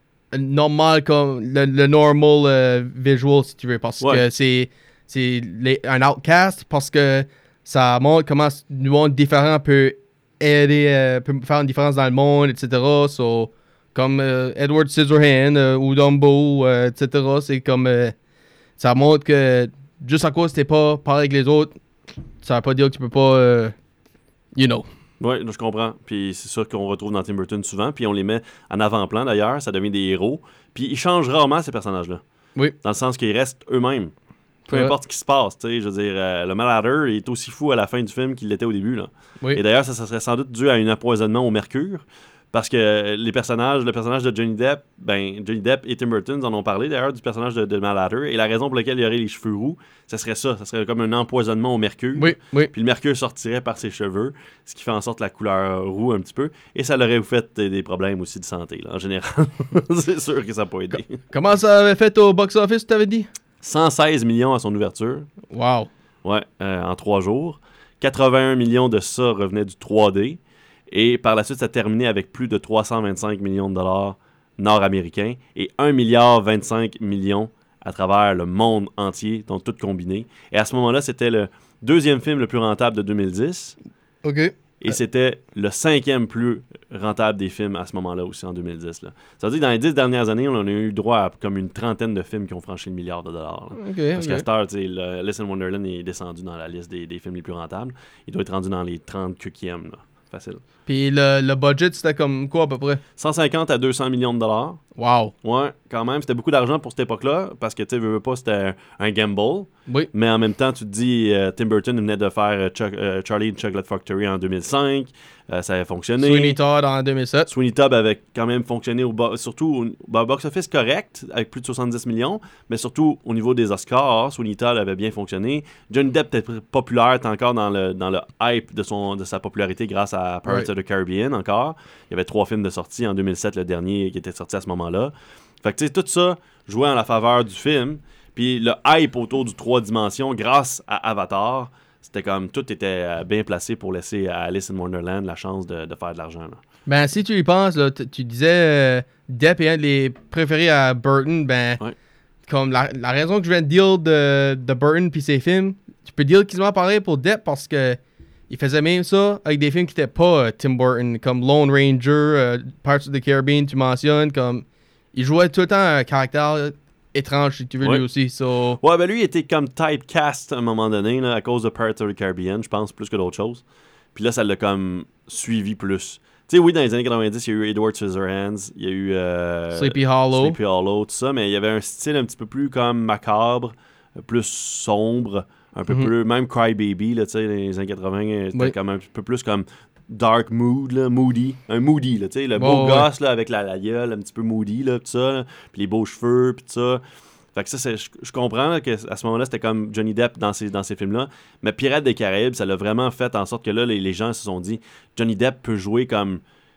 Speaker 1: normal comme le, le normal euh, visual, si tu veux, parce
Speaker 2: Ouais.
Speaker 1: que c'est, c'est les- un outcast, parce que ça montre comment le monde différent peut aider, euh, peut faire une différence dans le monde, et cetera. So, comme euh, Edward Scissorhands euh, ou Dumbo, euh, et cetera. C'est comme... euh, ça montre que juste à cause que t'es pas pareil avec les autres, ça veut pas dire que tu peux pas... euh, you know.
Speaker 2: Oui, je comprends. Puis c'est sûr qu'on retrouve dans Tim Burton souvent. Puis on les met en avant-plan d'ailleurs. Ça devient des héros. Puis ils changent rarement ces personnages-là.
Speaker 1: Oui.
Speaker 2: Dans le sens qu'ils restent eux-mêmes. Peu
Speaker 1: Ouais.
Speaker 2: importe ce qui se passe. Tu sais, je veux dire, euh, le Mad Hatter est aussi fou à la fin du film qu'il l'était au début. Là.
Speaker 1: Oui.
Speaker 2: Et d'ailleurs, ça, ça serait sans doute dû à un empoisonnement au mercure. Parce que les personnages, le personnage de Johnny Depp, ben Johnny Depp et Tim Burton en ont parlé d'ailleurs du personnage de, de Mad Hatter. Et la raison pour laquelle il aurait les cheveux roux, ça serait ça. Ça serait comme un empoisonnement au mercure.
Speaker 1: Oui, oui.
Speaker 2: Puis le mercure sortirait par ses cheveux, ce qui fait en sorte la couleur roux un petit peu. Et ça leur aurait fait des, des problèmes aussi de santé, là, en général. C'est sûr que ça n'a pas aidé.
Speaker 1: Comment ça avait fait au box-office, tu t'avais dit?
Speaker 2: cent seize millions à son ouverture,
Speaker 1: Wow.
Speaker 2: ouais, euh, en trois jours. quatre-vingt-un millions de ça revenait du trois D. Et par la suite, ça a terminé avec plus de trois cent vingt-cinq millions de dollars nord-américains et un milliard vingt-cinq millions à travers le monde entier, donc tout combiné. Et à ce moment-là, c'était le deuxième film le plus rentable de deux mille dix.
Speaker 1: OK.
Speaker 2: Et c'était le cinquième plus rentable des films à ce moment-là aussi, en deux mille dix. Là. Ça veut dire que dans les dix dernières années, on a eu droit à comme une trentaine de films qui ont franchi le milliard de dollars. Là.
Speaker 1: OK,
Speaker 2: Parce
Speaker 1: OK.
Speaker 2: qu'à cette heure, tu sais, le Alice in Wonderland est descendu dans la liste des, des films les plus rentables. Il doit être rendu dans les trente quinzième, là. Facile.
Speaker 1: Puis le, le budget, c'était comme quoi à peu près?
Speaker 2: cent cinquante à deux cents millions de dollars.
Speaker 1: Wow.
Speaker 2: Ouais, quand même. C'était beaucoup d'argent pour cette époque-là, parce que, tu sais, veux, veux pas, c'était un, un gamble.
Speaker 1: Oui.
Speaker 2: Mais en même temps, tu te dis, euh, Tim Burton venait de faire euh, Chuck- euh, Charlie and the Chocolate Factory en deux mille cinq. Euh, ça avait fonctionné.
Speaker 1: Sweeney Todd en deux mille sept.
Speaker 2: Sweeney Todd avait quand même fonctionné, au bo- surtout au au box-office correct, avec plus de soixante-dix millions, mais surtout au niveau des Oscars, Sweeney Todd avait bien fonctionné. Johnny Depp était pr- populaire, était encore dans le, dans le hype de, son, de sa popularité grâce à Pirates
Speaker 1: Ouais.
Speaker 2: of the Caribbean encore. Il y avait trois films de sortie, en deux mille sept le dernier qui était sorti à ce moment-là. Fait que tu sais, tout ça jouait en la faveur du film. Puis le hype autour du trois dimensions grâce à Avatar, c'était comme tout était euh, bien placé pour laisser à Alice in Wonderland la chance de, de faire de l'argent. Là.
Speaker 1: Ben, si tu y penses, là, t- tu disais euh, Depp est un des préférés à Burton, ben,
Speaker 2: Ouais.
Speaker 1: comme la, la raison que je viens de deal de, de Burton puis ses films, tu peux dire quasiment pareil pour Depp parce que il faisait même ça avec des films qui étaient pas euh, Tim Burton, comme Lone Ranger, euh, Pirates of the Caribbean, tu mentionnes, comme il jouait tout le temps un caractère étrange si tu veux
Speaker 2: ouais.
Speaker 1: lui aussi. So...
Speaker 2: Ouais, ben lui il était comme typecast à un moment donné là, à cause de Pirates of the Caribbean, je pense, plus que d'autres choses. Puis là, ça l'a comme suivi plus. Tu sais, oui, dans les années quatre-vingt-dix, il y a eu Edward Scissorhands, il y a eu euh,
Speaker 1: Sleepy Hollow.
Speaker 2: Sleepy Hollow, tout ça, mais il y avait un style un petit peu plus comme macabre, plus sombre, un peu mm-hmm. plus, même Cry Baby, là, tu sais, dans les années quatre-vingts, c'était oui. comme un peu plus comme dark mood, là, moody, un moody, là, tu sais, le beau oh, gosse, ouais. là, avec la, la gueule un petit peu moody, là, tout ça, là, puis les beaux cheveux, puis tout ça. Fait que ça, c'est, je, je comprends là, qu'à ce moment-là, c'était comme Johnny Depp dans ces, dans ces films-là. Mais Pirates des Caraïbes, ça l'a vraiment fait en sorte que là, les, les gens se sont dit Johnny Depp peut jouer comme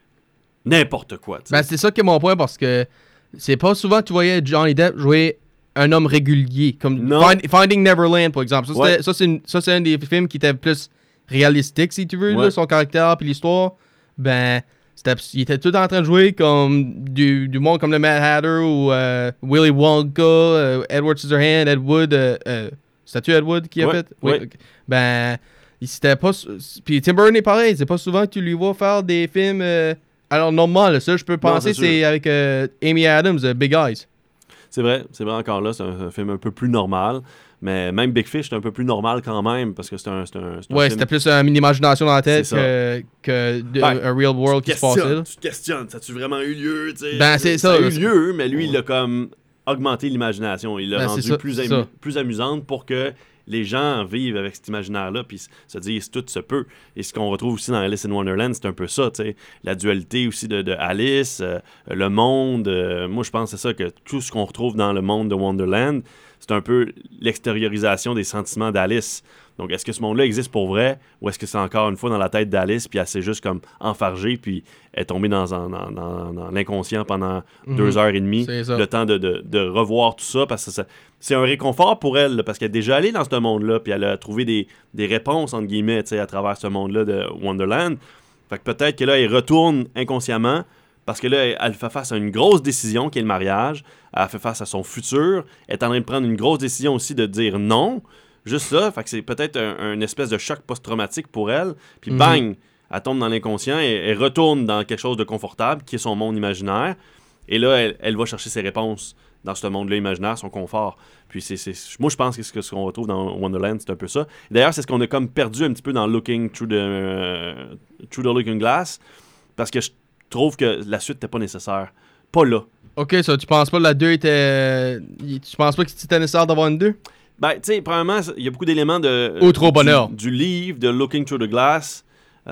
Speaker 2: n'importe quoi.
Speaker 1: Ben, c'est ça qui est mon point parce que c'est pas souvent que tu voyais Johnny Depp jouer un homme régulier. Comme Find, Finding Neverland, par exemple. Ça, ouais. ça, c'est une, ça, c'est un des films qui était plus réalistique, si tu veux, ouais. là, son caractère puis l'histoire. Ben. C'était, il était tout en train de jouer comme du, du monde comme le Mad Hatter ou uh, Willy Wonka, uh, Edward Scissorhands, Ed Wood. Uh, uh, c'était-tu Ed Wood qui a
Speaker 2: ouais,
Speaker 1: fait?
Speaker 2: Oui.
Speaker 1: Ouais. Okay. Ben, c'était pas. Puis Tim Burton est pareil. C'est pas souvent que tu lui vois faire des films. Euh, alors, normal, ça, je peux penser, non, c'est, c'est avec uh, Amy Adams, uh, Big Eyes.
Speaker 2: C'est vrai, c'est vrai encore là, c'est un, un film un peu plus normal. Mais même Big Fish, c'est un peu plus normal quand même, parce que c'est un, c'est un, c'est un
Speaker 1: ouais,
Speaker 2: film...
Speaker 1: c'était plus une imagination dans la tête que, que de, ben, un real world qui se passait. Là.
Speaker 2: Tu te questionnes, ça a-tu vraiment eu lieu? T'sais?
Speaker 1: Ben, c'est ça.
Speaker 2: Ça a eu lieu, mais lui, il a comme augmenté l'imagination. Il l'a ben, rendu ça, plus, am- plus amusante pour que les gens vivent avec cet imaginaire-là, puis se disent tout se peut. Et ce qu'on retrouve aussi dans Alice in Wonderland, c'est un peu ça, tu sais. La dualité aussi de, de Alice, euh, le monde. Euh, moi, je pense que c'est ça, que tout ce qu'on retrouve dans le monde de Wonderland, c'est un peu l'extériorisation des sentiments d'Alice. Donc, est-ce que ce monde-là existe pour vrai, ou est-ce que c'est encore une fois dans la tête d'Alice, puis elle s'est juste comme enfargée, puis elle est tombée dans, un, dans, dans, dans l'inconscient pendant mm-hmm. deux heures et demie, le temps de, de, de revoir tout ça, parce que ça, c'est un réconfort pour elle, là, parce qu'elle est déjà allée dans ce monde-là, puis elle a trouvé des, des réponses, entre guillemets, à travers ce monde-là de Wonderland. Fait que peut-être que là, elle retourne inconsciemment, parce que là, elle fait face à une grosse décision qui est le mariage. Elle fait face à son futur. Elle est en train de prendre une grosse décision aussi de dire non. Juste ça. Fait que c'est peut-être un, un espèce de choc post-traumatique pour elle. Puis mm-hmm. bang, elle tombe dans l'inconscient et elle retourne dans quelque chose de confortable qui est son monde imaginaire. Et là, elle, elle va chercher ses réponses dans ce monde-là imaginaire, son confort. Puis c'est, c'est, moi, je pense que ce qu'on retrouve dans Wonderland, c'est un peu ça. D'ailleurs, c'est ce qu'on a comme perdu un petit peu dans Looking Through the, uh, through the Looking Glass. Parce que je trouve que la suite n'était pas nécessaire. Pas là.
Speaker 1: Ok, ça, tu penses pas que la deux était. Tu penses pas que c'était nécessaire d'avoir une deux?
Speaker 2: Ben, tu sais, premièrement, il y a beaucoup d'éléments de.
Speaker 1: Ou trop bonheur.
Speaker 2: Du, du livre, de Looking Through the Glass.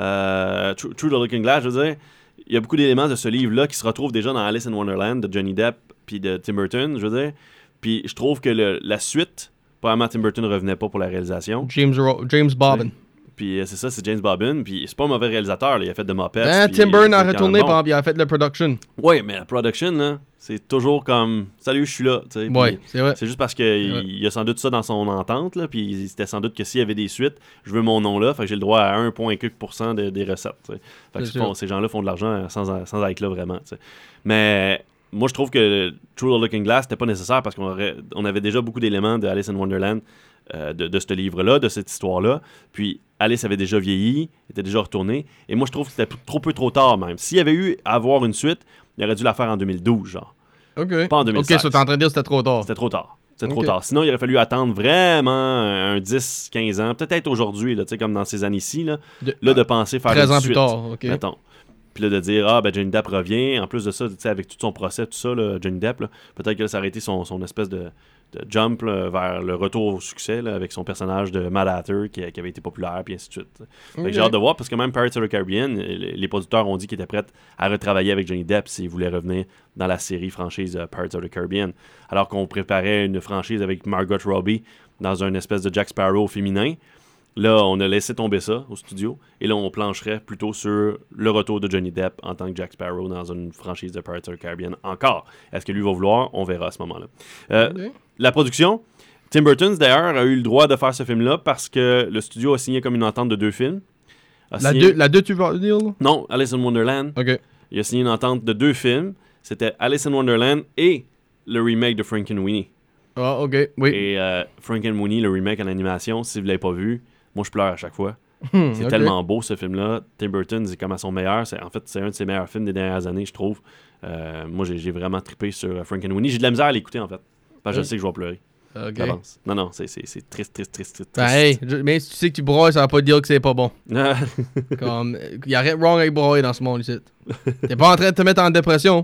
Speaker 2: Euh, Through, Through the Looking Glass, je veux dire. Il y a beaucoup d'éléments de ce livre-là qui se retrouvent déjà dans Alice in Wonderland de Johnny Depp puis de Tim Burton, je veux dire. Puis je trouve que le, la suite, probablement Tim Burton ne revenait pas pour la réalisation.
Speaker 1: James, Ro- James Bobbin.
Speaker 2: Ouais. Puis c'est ça, c'est James Bobbin. Puis c'est pas un mauvais réalisateur, là. Il a fait de Muppets.
Speaker 1: Ben, Tim Burton a retourné, bon. Il a fait la production.
Speaker 2: Oui, mais la production, là, c'est toujours comme « Salut, je suis là ».
Speaker 1: Oui, c'est vrai.
Speaker 2: C'est juste parce qu'il y a sans doute ça dans son entente. Là, puis c'était sans doute que s'il y avait des suites, je veux mon nom là. Fait que j'ai le droit à un virgule quelques pour cent de, des recettes. T'sais. Fait que font, ces gens-là font de l'argent sans, sans être là vraiment. T'sais. Mais moi, je trouve que Through the Looking Glass, c'était pas nécessaire parce qu'on aurait, on avait déjà beaucoup d'éléments de Alice in Wonderland. Euh, de, de ce livre-là, de cette histoire-là. Puis Alice avait déjà vieilli, était déjà retournée. Et moi, je trouve que c'était trop peu trop tard même. S'il y avait eu à avoir une suite, il aurait dû la faire en deux mille douze, genre.
Speaker 1: OK.
Speaker 2: Pas en deux mille seize.
Speaker 1: OK, ça t'es en train de dire que c'était trop tard.
Speaker 2: C'était trop tard. C'était
Speaker 1: okay.
Speaker 2: trop tard. Sinon, il aurait fallu attendre vraiment un dix quinze ans. Peut-être aujourd'hui, là, comme dans ces années-ci, là, de, là, de penser faire
Speaker 1: treize
Speaker 2: une
Speaker 1: ans
Speaker 2: suite.
Speaker 1: plus tard, OK.
Speaker 2: Mettons. Puis là, de dire, ah, ben Johnny Depp revient. En plus de ça, avec tout son procès, tout ça, là, Johnny Depp, là, peut-être que là, ça aurait été son, son espèce de, de jump là, vers le retour au succès là, avec son personnage de Mad Hatter qui, qui avait été populaire, puis ainsi de suite. Okay. Fait que j'ai hâte de voir, parce que même Pirates of the Caribbean, les, les producteurs ont dit qu'ils étaient prêts à retravailler avec Johnny Depp s'ils voulaient revenir dans la série franchise uh, Pirates of the Caribbean. Alors qu'on préparait une franchise avec Margot Robbie dans une espèce de Jack Sparrow féminin. Là, on a laissé tomber ça au studio. Et là, on plancherait plutôt sur le retour de Johnny Depp en tant que Jack Sparrow dans une franchise de Pirates of the Caribbean encore. Est-ce que lui va vouloir? On verra à ce moment-là. Euh, okay. La production, Tim Burton, d'ailleurs, a eu le droit de faire ce film-là parce que le studio a signé comme une entente de deux films.
Speaker 1: La signé... deux, la deux, tu veux dire?
Speaker 2: Non, Alice in Wonderland.
Speaker 1: Okay.
Speaker 2: Il a signé une entente de deux films. C'était Alice in Wonderland et le remake de Frankenweenie.
Speaker 1: Ah, ok, oui.
Speaker 2: Et euh, Frankenweenie, le remake en animation, si vous l'avez pas vu, moi je pleure à chaque fois.
Speaker 1: Hmm,
Speaker 2: C'est
Speaker 1: ok.
Speaker 2: tellement beau ce film-là. Tim Burton, c'est comme à son meilleur. C'est, en fait, c'est un de ses meilleurs films des dernières années, je trouve. Euh, moi, j'ai, j'ai vraiment trippé sur euh, Frankenweenie. J'ai de la misère à l'écouter, en fait. Parce que je
Speaker 1: Oui.
Speaker 2: sais que je vais pleurer.
Speaker 1: Ok.
Speaker 2: D'avance. Non, non, c'est, c'est, c'est triste, triste, triste, triste.
Speaker 1: Ben, hey, je- mais si tu sais que tu broyes, ça va pas dire que c'est pas bon.
Speaker 2: Ah,
Speaker 1: Comme, il y a rien de wrong avec broyer dans ce monde ici. T'es pas en train de te mettre en dépression.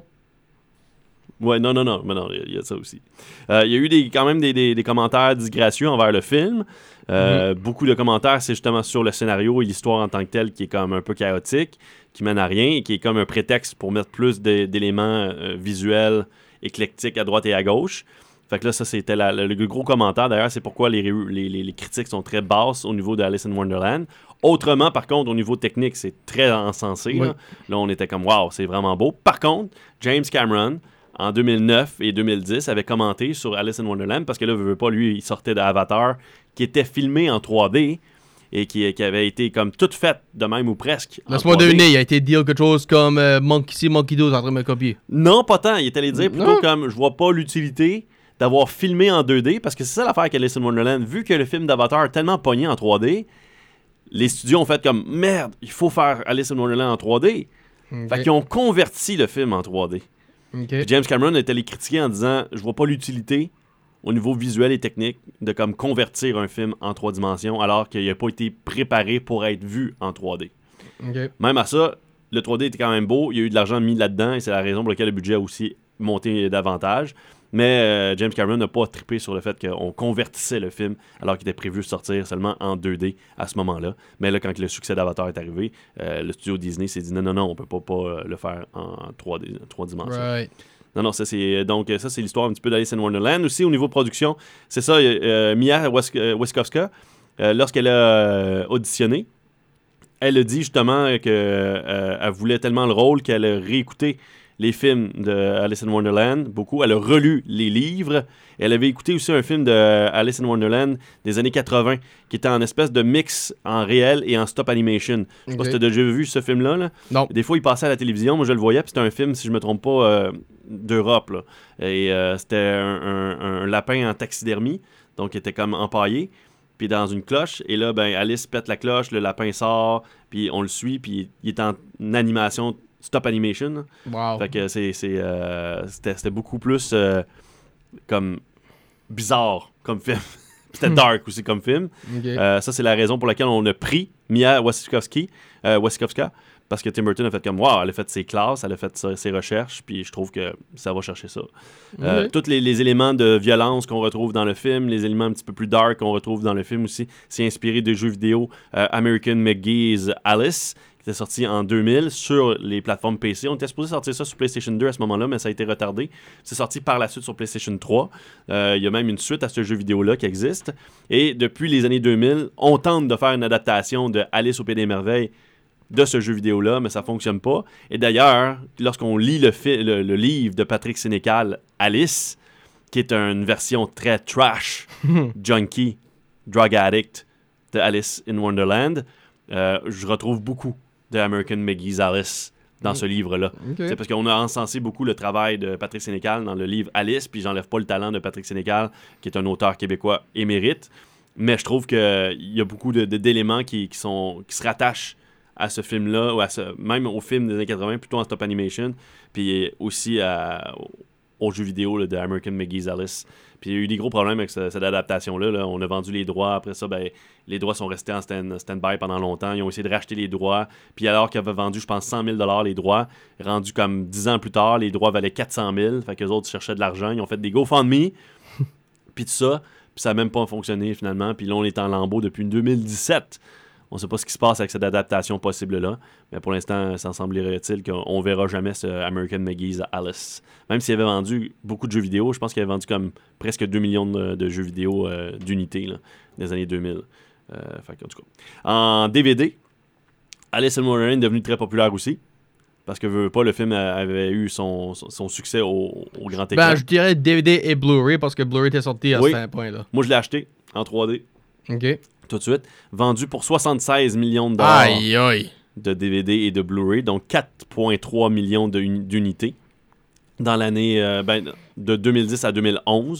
Speaker 2: ouais, non, non, non, mais non, il y, y a ça aussi. Euh, Il y a eu des, quand même des, des, des commentaires disgracieux envers le film. Euh, Beaucoup de commentaires, c'est justement sur le scénario et l'histoire en tant que telle qui est comme un peu chaotique, qui mène à rien et qui est comme un prétexte pour mettre plus de- d'éléments euh, visuels éclectiques à droite et à gauche. Fait que là, ça, c'était la- le, le gros commentaire. D'ailleurs, c'est pourquoi les, ré- les, les- les critiques sont très basses au niveau de Alice in Wonderland. Autrement, par contre, au niveau technique, c'est très encensé.
Speaker 1: Oui.
Speaker 2: Là. Là, on était comme, waouh, c'est vraiment beau. Par contre, James Cameron, en deux mille neuf et deux mille dix, avait commenté sur Alice in Wonderland parce que là, veut, veut pas, lui, il sortait d'Avatar, qui était filmé en trois D et qui, qui avait été comme toute faite de même ou presque. en
Speaker 1: Laisse-moi
Speaker 2: trois D.
Speaker 1: deviner, il a été dire quelque chose comme euh, Monkey see, Monkey do, t'es en train de me copier.
Speaker 2: Non, pas tant. Il est allé dire plutôt
Speaker 1: Non.
Speaker 2: comme je vois pas l'utilité d'avoir filmé en deux D parce que c'est ça l'affaire avec Alice in Wonderland. Vu que le film d'Avatar est tellement pogné en trois D, les studios ont fait comme merde, il faut faire Alice in Wonderland en trois D.
Speaker 1: Ok.
Speaker 2: Fait qu'ils ont converti le film en trois D.
Speaker 1: Ok.
Speaker 2: Puis James Cameron est allé critiquer en disant je vois pas l'utilité au niveau visuel et technique de comme convertir un film en trois dimensions alors qu'il n'a pas été préparé pour être vu en trois D.
Speaker 1: Ok.
Speaker 2: Même à ça, le trois D était quand même beau, il y a eu de l'argent mis là-dedans et c'est la raison pour laquelle le budget a aussi monté davantage. Mais euh, James Cameron n'a pas trippé sur le fait qu'on convertissait le film alors qu'il était prévu de sortir seulement en deux D à ce moment-là. Mais là, quand le succès d'Avatar est arrivé, euh, le studio Disney s'est dit non, non, non, on peut pas, pas euh, le faire en trois D, trois dimensions.
Speaker 1: Right.
Speaker 2: Non, non, ça c'est donc ça c'est l'histoire un petit peu d'Alice in Wonderland. Aussi au niveau production, c'est ça, euh, Mia Wask- euh, Wasikowska, euh, lorsqu'elle a euh, auditionné, elle a dit justement que euh, elle voulait tellement le rôle qu'elle a réécouté les films de Alice in Wonderland, beaucoup. Elle a relu les livres. Et elle avait écouté aussi un film de Alice in Wonderland des années quatre-vingts qui était en espèce de mix en réel et en stop animation. Je sais pas
Speaker 1: Ok.
Speaker 2: si tu as déjà vu ce film-là. Là.
Speaker 1: Non.
Speaker 2: Des fois, il passait à la télévision. Moi, je le voyais. Puis c'était un film, si je me trompe pas, euh, d'Europe. Là. Et euh, c'était un, un- un lapin en taxidermie. Donc, il était comme empaillé. Puis dans une cloche. Et là, ben, Alice pète la cloche. Le lapin sort. Puis on le suit. Puis il est en animation, stop animation. là.
Speaker 1: Wow.
Speaker 2: Fait que c'est, c'est, euh, c'était, c'était beaucoup plus euh, comme bizarre comme film. C'était dark aussi comme film.
Speaker 1: Ok.
Speaker 2: Euh, ça, c'est la raison pour laquelle on a pris Mia Wasikowski, euh, Wasikowska, parce que Tim Burton a fait comme, wow, elle a fait ses classes, elle a fait sa- ses recherches, puis je trouve que ça va chercher ça. Euh,
Speaker 1: Ok.
Speaker 2: Tous les, les éléments de violence qu'on retrouve dans le film, les éléments un petit peu plus dark qu'on retrouve dans le film aussi, c'est inspiré de jeux vidéo euh, American McGee's Alice, qui était sorti en deux mille sur les plateformes P C. On était supposé sortir ça sur PlayStation deux à ce moment-là, mais ça a été retardé. C'est sorti par la suite sur PlayStation trois. Euh, Il y a même une suite à ce jeu vidéo-là qui existe. Et depuis les années deux mille, on tente de faire une adaptation de Alice au Pays des Merveilles de ce jeu vidéo-là, mais ça fonctionne pas. Et d'ailleurs, lorsqu'on lit le, fi- le, le livre de Patrick Sénécal, Alice, qui est une version très trash, junkie, drug addict de Alice in Wonderland, euh, je retrouve beaucoup de American McGee's Alice dans ce livre-là.
Speaker 1: Ok.
Speaker 2: C'est parce qu'on a encensé beaucoup le travail de Patrick Sénécal dans le livre Alice, puis j'enlève pas le talent de Patrick Sénécal, qui est un auteur québécois émérite, mais je trouve qu'il y a beaucoup de, de- d'éléments qui, qui, sont, qui se rattachent à ce film-là, ou à ce, même au film des années quatre-vingts, plutôt en stop animation, puis aussi à, au, au jeu vidéo là, de American McGee's Alice. Puis il y a eu des gros problèmes avec ce- cette adaptation-là. Là. On a vendu les droits. Après ça, ben, les droits sont restés en stand- stand-by pendant longtemps. Ils ont essayé de racheter les droits. Puis alors qu'ils avaient vendu, je pense, cent mille dollars les droits, rendu comme dix ans plus tard, les droits valaient quatre cent mille. Fait qu'eux autres cherchaient de l'argent. Ils ont fait des GoFundMe. Puis tout ça. Puis ça n'a même pas fonctionné finalement. Puis là, on est en lambeau depuis deux mille dix-sept. On ne sait pas ce qui se passe avec cette adaptation possible-là. Mais pour l'instant, ça semblerait-il qu'on ne verra jamais ce American McGee's Alice. Même s'il avait vendu beaucoup de jeux vidéo, je pense qu'il avait vendu comme presque deux millions de, de jeux vidéo euh, d'unités là, dans les années deux mille. Euh, fait que, en tout cas. En D V D, Alice in Wonderland est devenu très populaire aussi. Parce que veux, veux pas, le film avait eu son, son, son succès au, au grand écran.
Speaker 1: Ben, je dirais D V D et Blu-ray parce que Blu-ray était sorti à
Speaker 2: Oui.
Speaker 1: ce point-là.
Speaker 2: Moi, je l'ai acheté en trois D
Speaker 1: Ok.
Speaker 2: tout de suite. Vendu pour soixante-seize millions de dollars.
Speaker 1: Aïe, aïe.
Speaker 2: De D V D et de Blu-ray, donc quatre virgule trois millions de uni- d'unités dans l'année euh, ben, de deux mille dix à deux mille onze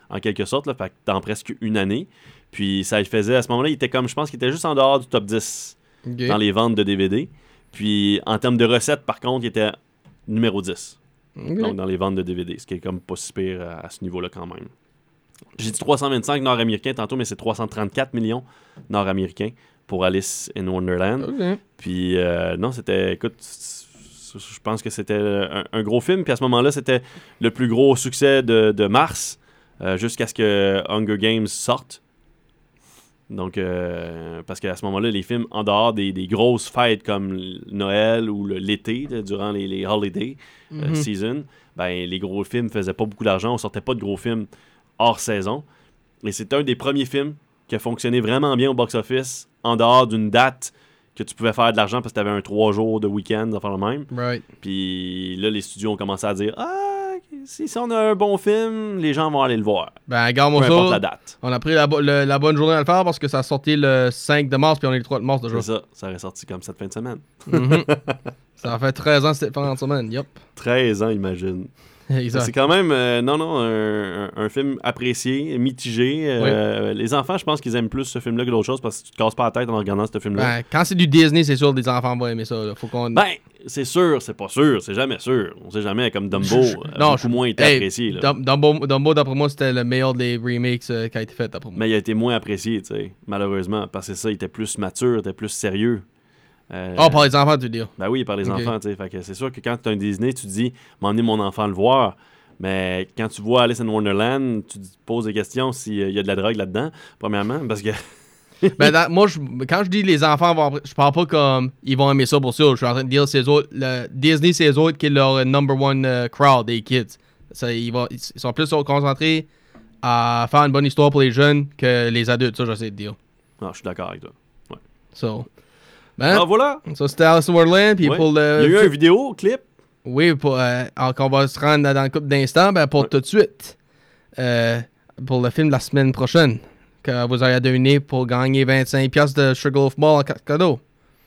Speaker 2: en quelque sorte, là, fait que dans presque une année. Puis ça le faisait, à ce moment-là, il était comme, je pense qu'il était juste en dehors du top dix
Speaker 1: Okay.
Speaker 2: dans les ventes de D V D. Puis en termes de recettes, par contre, il était numéro dix.
Speaker 1: Okay.
Speaker 2: Donc dans les ventes de D V D, ce qui est comme pas si pire à, à ce niveau-là quand même. J'ai dit trois cent vingt-cinq nord-américains tantôt, mais c'est trois cent trente-quatre millions nord-américains pour Alice in Wonderland.
Speaker 1: Okay.
Speaker 2: Puis euh, non, c'était, écoute, je pense que c'était un, un gros film. Puis à ce moment-là, c'était le plus gros succès de, de mars, euh, jusqu'à ce que Hunger Games sorte. Donc, euh, parce qu'à ce moment-là, les films, en dehors des, des grosses fêtes comme Noël ou le, l'été, là, durant les, les holiday
Speaker 1: Mm-hmm.
Speaker 2: euh, season, ben, les gros films faisaient pas beaucoup d'argent. On sortait pas de gros films hors saison. Et c'est un des premiers films qui a fonctionné vraiment bien au box-office en dehors d'une date que tu pouvais faire de l'argent parce que tu avais un trois jours de week-end, enfin le même.
Speaker 1: Right.
Speaker 2: Puis là, les studios ont commencé à dire « Ah, si, si on a un bon film, les gens vont aller le voir. »
Speaker 1: Ben, regarde-moi
Speaker 2: Peu importe la
Speaker 1: ça.
Speaker 2: date.
Speaker 1: On a pris la, bo- le- la bonne journée à le faire parce que ça a sorti le cinq de mars puis on est le trois de mars déjà.
Speaker 2: C'est ça, ça aurait sorti comme cette fin de semaine.
Speaker 1: Mhm. Ça a fait treize ans cette fin de semaine. Yup.
Speaker 2: treize ans, imagine.
Speaker 1: Exact.
Speaker 2: C'est quand même, euh, non, non, un, un- un film apprécié, mitigé. Euh, Les enfants, je pense qu'ils aiment plus ce film-là que d'autres choses parce que tu te casses pas la tête en regardant ce film-là.
Speaker 1: Ben, quand c'est du Disney, c'est sûr que les enfants vont aimer ça. Là. Faut qu'on...
Speaker 2: Ben, c'est sûr, c'est pas sûr, c'est jamais sûr. On sait jamais, comme Dumbo,
Speaker 1: Je- je-
Speaker 2: euh,
Speaker 1: non,
Speaker 2: beaucoup
Speaker 1: je-
Speaker 2: moins été
Speaker 1: hey,
Speaker 2: apprécié. Là.
Speaker 1: Dum- Dumbo, Dumbo, d'après moi, c'était le meilleur des remakes euh, qui a été fait, d'après moi.
Speaker 2: Mais il a été moins apprécié, tu sais, malheureusement, parce que ça, il était plus mature, il était plus sérieux. Euh,
Speaker 1: Oh, par les enfants, tu veux dire.
Speaker 2: Ben oui, par les
Speaker 1: Ok.
Speaker 2: enfants, tu sais. Fait que c'est sûr que quand tu as un Disney, tu te dis, m'emmener mon enfant le voir. Mais quand tu vois Alice in Wonderland, tu te poses des questions s'il y a de la drogue là-dedans, premièrement, parce que.
Speaker 1: Ben, dans- moi, je- quand je dis les enfants vont appr- je parle pas comme ils vont aimer ça pour ça. Je suis en train de dire c'est eux autres, le Disney, c'est eux autres qui est leur number one euh, crowd des kids. Ça, ils, vont, ils sont plus concentrés à faire une bonne histoire pour les jeunes que les adultes. Ça, j'essaie de dire.
Speaker 2: Non, je suis d'accord avec toi.
Speaker 1: So, ben,
Speaker 2: Ah, voilà!
Speaker 1: ça c'était Alice in Wonderland. Puis
Speaker 2: Ouais.
Speaker 1: pour le.
Speaker 2: Il y a eu un vidéo, clip.
Speaker 1: Oui, pour, euh, alors qu'on va se rendre dans le couple d'instants, ben pour
Speaker 2: Ouais.
Speaker 1: tout de suite. Euh, pour le film de la semaine prochaine. Que vous allez deviner pour gagner vingt-cinq piastres de Sugarloaf Mall en ca- cadeau.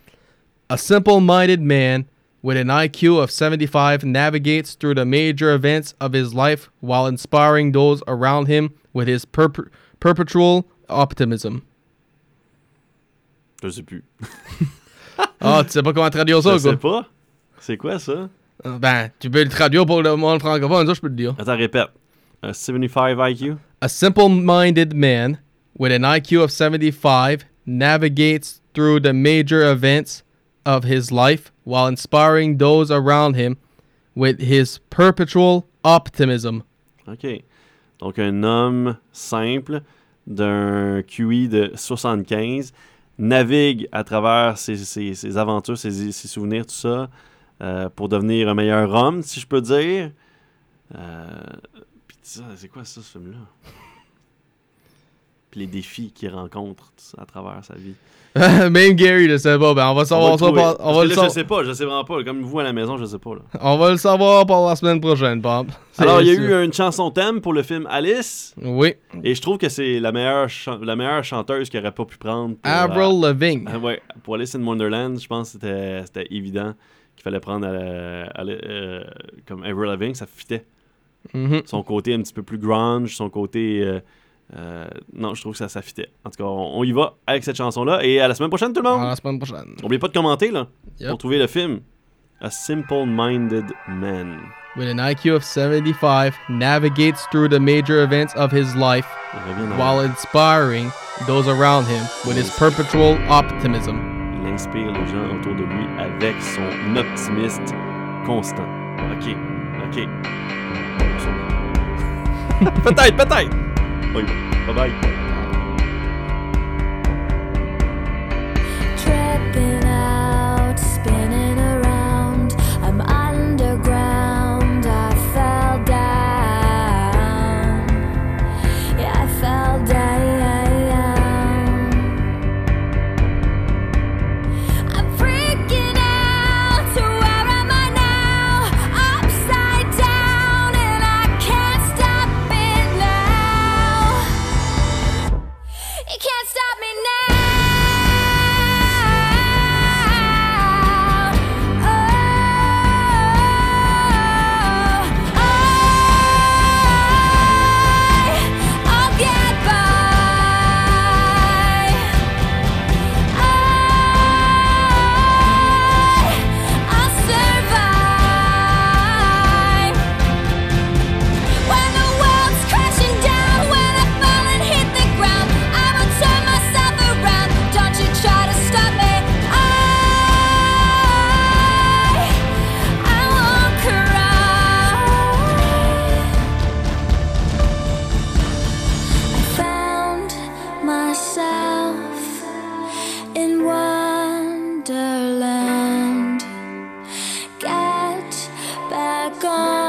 Speaker 1: A simple-minded man with an I Q of seventy-five navigates through the major events of his life while inspiring those around him with his perp- perpetual optimism.
Speaker 2: Je sais plus.
Speaker 1: Ah, tu sais pas comment traduire ça,
Speaker 2: Je sais
Speaker 1: quoi?
Speaker 2: pas. C'est quoi ça?
Speaker 1: Euh, Ben, tu peux le traduire pour le monde francophone, ça je peux te dire.
Speaker 2: Attends, répète. Un soixante-quinze I Q?
Speaker 1: A simple-minded man with an I Q of seventy-five navigates through the major events of his life while inspiring those around him with his perpetual optimism.
Speaker 2: OK. Donc, un homme simple d'un Q I de soixante-quinze navigue à travers ses, ses- ses aventures, ses, ses souvenirs, tout ça, euh, pour devenir un meilleur homme, si je peux dire. Euh, Puis ça, c'est quoi ça, ce film-là? Puis les défis qu'il rencontre tout ça, à travers sa vie.
Speaker 1: Même Gary ne sait pas. Ben, on va
Speaker 2: On va
Speaker 1: savoir
Speaker 2: le
Speaker 1: ça
Speaker 2: trouver.
Speaker 1: par, on
Speaker 2: Parce
Speaker 1: va
Speaker 2: que
Speaker 1: le
Speaker 2: là, je
Speaker 1: sa-
Speaker 2: sais pas, je sais vraiment pas. Comme vous à la maison, je sais pas. Là.
Speaker 1: on va le savoir par la semaine prochaine, Bob. C'est
Speaker 2: Alors, il y a
Speaker 1: sûr.
Speaker 2: eu une chanson thème pour le film Alice,
Speaker 1: Oui.
Speaker 2: et je trouve que c'est la meilleure, chan- la meilleure chanteuse qu'il aurait pas pu prendre. Pour, euh,
Speaker 1: Avril Lavigne.
Speaker 2: Ah ouais, pour Alice in Wonderland, je pense que c'était, c'était évident qu'il fallait prendre euh, Ali- euh, comme Avril Lavigne, ça fitait.
Speaker 1: Mhm.
Speaker 2: Son côté un petit peu plus grunge, son côté... euh, euh, non, je trouve que ça, ça fitait. En tout cas, on, on y va avec cette chanson-là. Et à la semaine prochaine, tout le monde!
Speaker 1: À la semaine prochaine.
Speaker 2: N'oubliez pas de commenter, là,
Speaker 1: Yep.
Speaker 2: pour trouver le film. A Simple-Minded Man.
Speaker 1: With an I Q of seventy-five, navigates through the major events of his life
Speaker 2: Il revient dans-
Speaker 1: while inspiring those around him with his perpetual optimism.
Speaker 2: Il inspire les gens autour de lui avec son optimiste constant. OK, OK. peut-être, peut-être! Oui, bye-bye.
Speaker 5: Tripping out, spinning around. I'm underground. I fell down. Yeah, I fell down. I'm freaking out. So where am I now? Upside down, and I can't stop it now. You can't stop me now. back on.